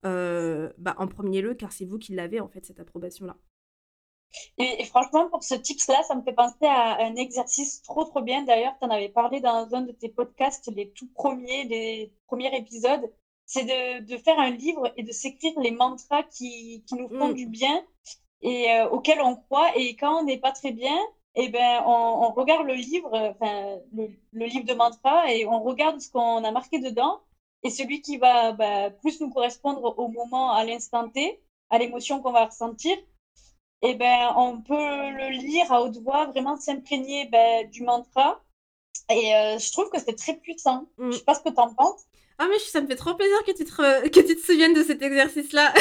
euh, bah, en premier lieu, car c'est vous qui l'avez, en fait, cette approbation-là.
Et, et franchement, pour ce tips-là, ça me fait penser à un exercice trop, trop bien. D'ailleurs, tu en avais parlé dans un de tes podcasts, les tout premiers, les premiers épisodes. C'est de, de faire un livre et de s'écrire les mantras qui, qui nous font
Mm,
du bien et euh, auxquels on croit. Et quand on n'est pas très bien, eh ben, on, on regarde le livre, euh, enfin, le, le livre de mantras et on regarde ce qu'on a marqué dedans. Et celui qui va bah, plus nous correspondre au moment, à l'instant T, à l'émotion qu'on va ressentir, eh ben, on peut le lire à haute voix, vraiment s'imprégner ben, du mantra. Et euh, je trouve que c'est très puissant. Je
mm.
sais pas ce que tu en penses.
Ah, mais ça me fait trop plaisir que tu te, re- que tu te souviennes de cet exercice-là.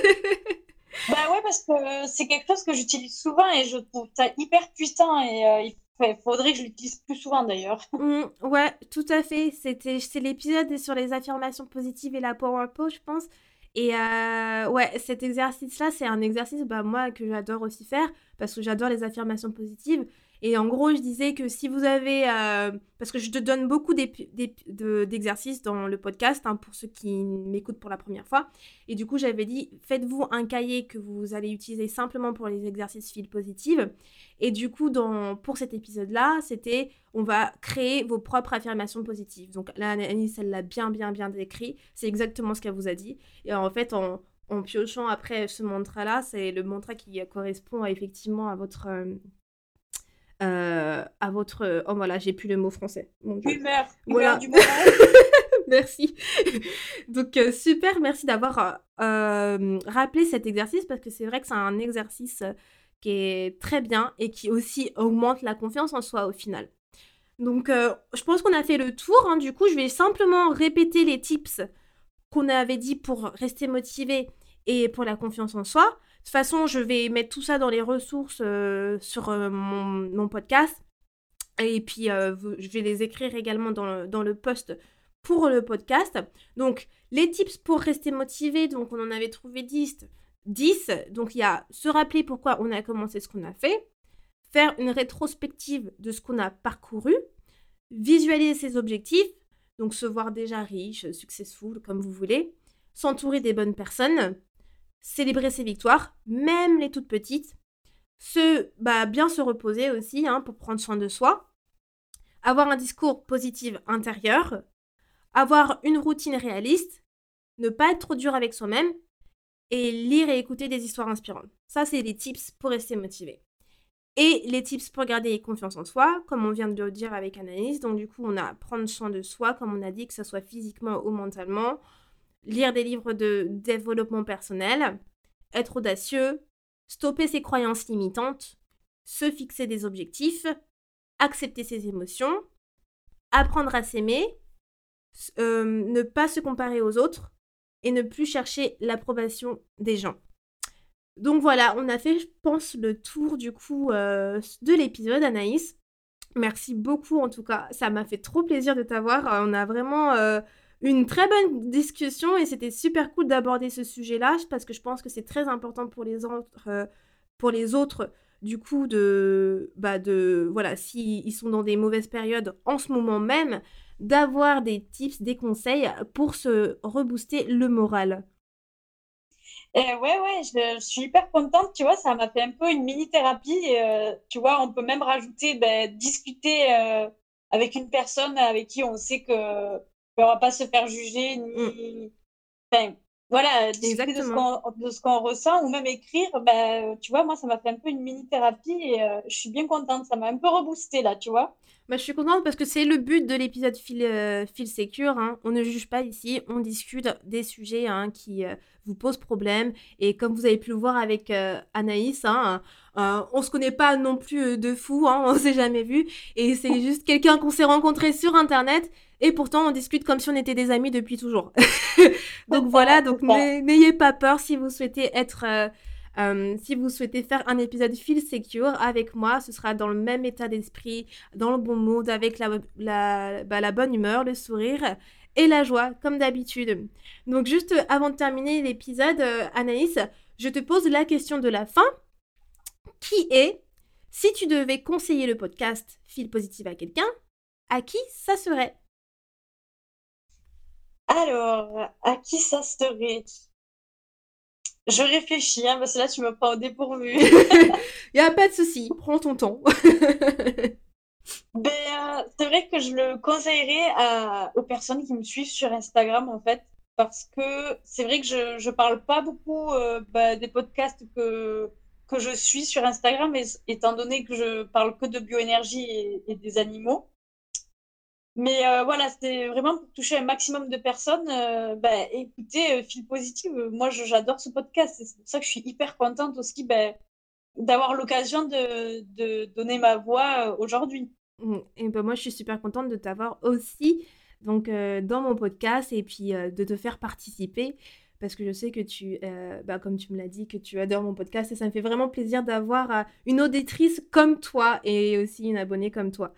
Bah ouais, parce que c'est quelque chose que j'utilise souvent et je trouve ça hyper puissant et euh, il fa- faudrait que je l'utilise plus souvent d'ailleurs.
Mm, ouais, tout à fait. C'était, c'est l'épisode sur les affirmations positives et la power pose, je pense. Et euh, ouais, cet exercice-là, c'est un exercice, bah, moi, que j'adore aussi faire, parce que j'adore les affirmations positives. Et en gros, je disais que si vous avez... euh, parce que je te donne beaucoup d'épi- d'ép- de- d'exercices dans le podcast, hein, pour ceux qui m'écoutent pour la première fois. Et du coup, j'avais dit, faites-vous un cahier que vous allez utiliser simplement pour les exercices fil positives. Et du coup, dans, pour cet épisode-là, c'était on va créer vos propres affirmations positives. Donc là, Anis, elle l'a bien, bien, bien décrit. C'est exactement ce qu'elle vous a dit. Et en fait, en, en piochant après ce mantra-là, c'est le mantra qui correspond à, effectivement à votre... euh, euh, à votre... Oh voilà, j'ai plus le mot français. Mon Dieu.
Humeur, humeur
Voilà.
du moment.
Merci. Donc, euh, super, merci d'avoir euh, euh, rappelé cet exercice parce que c'est vrai que c'est un exercice euh, qui est très bien et qui aussi augmente la confiance en soi au final. Donc, euh, je pense qu'on a fait le tour, hein. Du coup, je vais simplement répéter les tips qu'on avait dit pour rester motivé et pour la confiance en soi. toute façon, je vais mettre tout ça dans les ressources euh, sur euh, mon, mon podcast. Et puis, euh, je vais les écrire également dans le, dans le post pour le podcast. Donc, les tips pour rester motivé, donc on en avait trouvé dix. dix. Donc, il y a se rappeler pourquoi on a commencé ce qu'on a fait, faire une rétrospective de ce qu'on a parcouru, visualiser ses objectifs, donc se voir déjà riche, successful, comme vous voulez, s'entourer des bonnes personnes, célébrer ses victoires, même les toutes petites, se, bah, bien se reposer aussi hein, pour prendre soin de soi, avoir un discours positif intérieur, avoir une routine réaliste, ne pas être trop dur avec soi-même et lire et écouter des histoires inspirantes. Ça, c'est les tips pour rester motivé. Et les tips pour garder confiance en soi, comme on vient de le dire avec Anaïs. Donc, du coup, on a prendre soin de soi, comme on a dit, que ce soit physiquement ou mentalement. Lire des livres de développement personnel. Être audacieux. Stopper ses croyances limitantes. Se fixer des objectifs. Accepter ses émotions. Apprendre à s'aimer. Euh, ne pas se comparer aux autres. Et ne plus chercher l'approbation des gens. Donc voilà, on a fait, je pense, le tour du coup euh, de l'épisode, Anaïs. Merci beaucoup en tout cas, ça m'a fait trop plaisir de t'avoir. On a vraiment euh, une très bonne discussion et c'était super cool d'aborder ce sujet-là parce que je pense que c'est très important pour les autres, euh, pour les autres du coup de, bah de voilà, s'ils sont dans des mauvaises périodes en ce moment même, d'avoir des tips, des conseils pour se rebooster le moral.
Et ouais, ouais, je, je suis hyper contente, tu vois, ça m'a fait un peu une mini-thérapie. Et, euh, tu vois, on peut même rajouter, ben, discuter euh, avec une personne avec qui on sait que qu'on va pas se faire juger, ni... Enfin, voilà, discuter de ce
Exactement.
qu'on de ce qu'on ressent, ou même écrire, ben, tu vois, moi, ça m'a fait un peu une mini-thérapie et euh, je suis bien contente, ça m'a un peu reboosté là, tu vois.
Bah, je suis contente parce que c'est le but de l'épisode Feel, euh, Feel Secure. Hein. On ne juge pas ici, on discute des sujets hein, qui euh, vous posent problème. Et comme vous avez pu le voir avec euh, Anaïs, hein, euh, on se connaît pas non plus euh, de fou, hein, on s'est jamais vu. Et c'est juste quelqu'un qu'on s'est rencontré sur Internet. Et pourtant, on discute comme si on était des amis depuis toujours. Donc
C'est
voilà,
ça,
donc
c'est ça.
n'ayez pas peur si vous souhaitez être... Euh, euh, si vous souhaitez faire un épisode Feel Secure avec moi, ce sera dans le même état d'esprit, dans le bon mood, avec la, la, bah, la bonne humeur, le sourire et la joie, comme d'habitude. Donc juste euh, avant de terminer l'épisode, euh, Anaïs, je te pose la question de la fin, qui est, si tu devais conseiller le podcast Feel Positive à quelqu'un, à qui ça serait?
Alors, à qui ça serait? Je réfléchis, hein, parce que là, tu me prends au dépourvu.
Il n'y a pas de souci, prends ton temps.
Ben, euh, c'est vrai que je le conseillerais à- aux personnes qui me suivent sur Instagram, en fait, parce que c'est vrai que je, je parle pas beaucoup euh, bah, des podcasts que, que je suis sur Instagram, et- étant donné que je parle que de bioénergie et, et des animaux. Mais euh, voilà, c'est vraiment pour toucher un maximum de personnes. Euh, bah, écoutez, euh, Feel Positive, euh, moi, je- j'adore ce podcast, et c'est pour ça que je suis hyper contente aussi ben, d'avoir l'occasion de, de donner ma voix euh, aujourd'hui.
Mm. Et ben moi, je suis super contente de t'avoir aussi donc, euh, dans mon podcast et puis euh, de te faire participer parce que je sais que tu, euh, bah, comme tu me l'as dit, que tu adores mon podcast et ça me fait vraiment plaisir d'avoir euh, une auditrice comme toi et aussi une abonnée comme toi.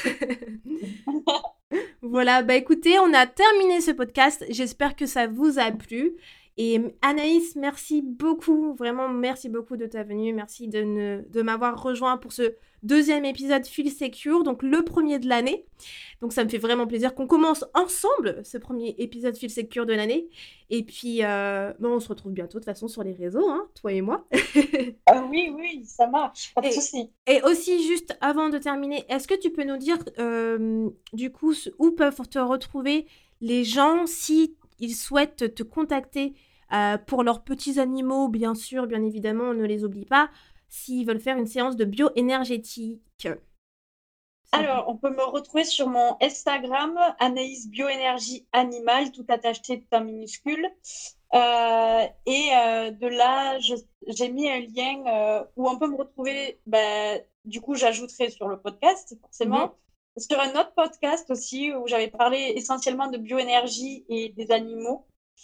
Voilà, bah écoutez, on a terminé ce podcast. J'espère que ça vous a plu. Et Anaïs, merci beaucoup, vraiment merci beaucoup de ta venue. Merci de, ne- de m'avoir rejoint pour ce deuxième épisode Feel Secure, donc le premier de l'année. Donc ça me fait vraiment plaisir qu'on commence ensemble ce premier épisode Feel Secure de l'année. Et puis, euh, bon, on se retrouve bientôt de toute façon sur les réseaux, hein, toi et moi.
Ah oui, oui, ça marche, pas de
Et,
souci.
et aussi, juste avant de terminer, est-ce que tu peux nous dire, euh, du coup, ce- où peuvent te retrouver les gens si ils souhaitent te contacter euh, pour leurs petits animaux, bien sûr, bien évidemment, on ne les oublie pas, s'ils veulent faire une séance de bioénergétique. Si on peut-
Alors, on peut me retrouver sur mon Instagram, Anaïs Bioénergie Animale, tout attaché, tout en minuscule. Euh, et euh, de là, je- j'ai mis un lien euh, où on peut me retrouver. Ben, du coup, j'ajouterai sur le podcast,
Mhm.
forcément. Sur un autre podcast aussi, où j'avais parlé essentiellement de bioénergie et des animaux.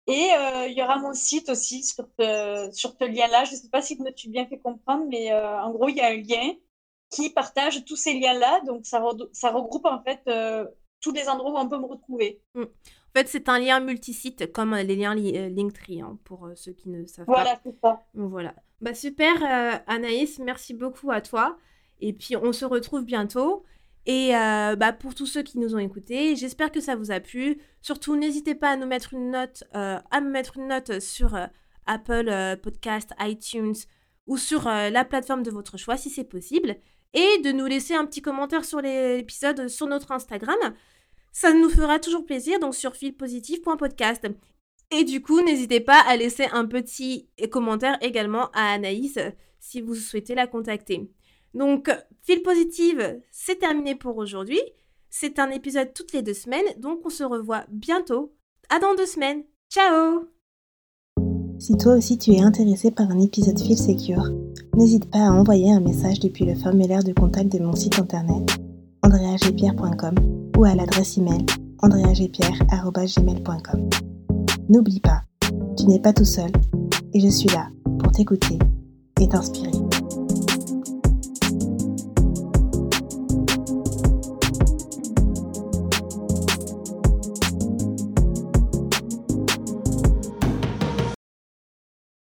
Et euh, il y aura mon site aussi sur ce, sur ce lien-là. Je ne sais pas si je me suis bien fait comprendre, mais euh, en gros, il y a un lien qui partage tous ces liens-là. Donc, ça, re- ça regroupe en fait euh, tous les endroits où on peut me retrouver.
Mm. En fait, c'est un lien multisite, comme euh, les liens li- euh, Linktree, hein, pour euh, ceux qui ne savent pas.
Voilà, c'est ça.
Donc, voilà. Bah, super, euh, Anaïs, merci beaucoup à toi. Et puis, on se retrouve bientôt. Et euh, bah, pour tous ceux qui nous ont écoutés, j'espère que ça vous a plu. Surtout, n'hésitez pas à nous mettre une note, euh, à me mettre une note sur euh, Apple euh, Podcast, iTunes ou sur euh, la plateforme de votre choix, si c'est possible. Et de nous laisser un petit commentaire sur les- l'épisode sur notre Instagram. Ça nous fera toujours plaisir, donc sur filpositif point podcast. Et du coup, n'hésitez pas à laisser un petit commentaire également à Anaïs euh, si vous souhaitez la contacter. Donc, Fil Positive, c'est terminé pour aujourd'hui. C'est un épisode toutes les deux semaines, donc on se revoit bientôt. À dans deux semaines. Ciao!
Si toi aussi tu es intéressé par un épisode Feel Secure, n'hésite pas à envoyer un message depuis le formulaire de contact de mon site internet andrea g pierre point com ou à l'adresse email andrea g pierre arobase gmail point com. N'oublie pas, tu n'es pas tout seul et je suis là pour t'écouter et t'inspirer.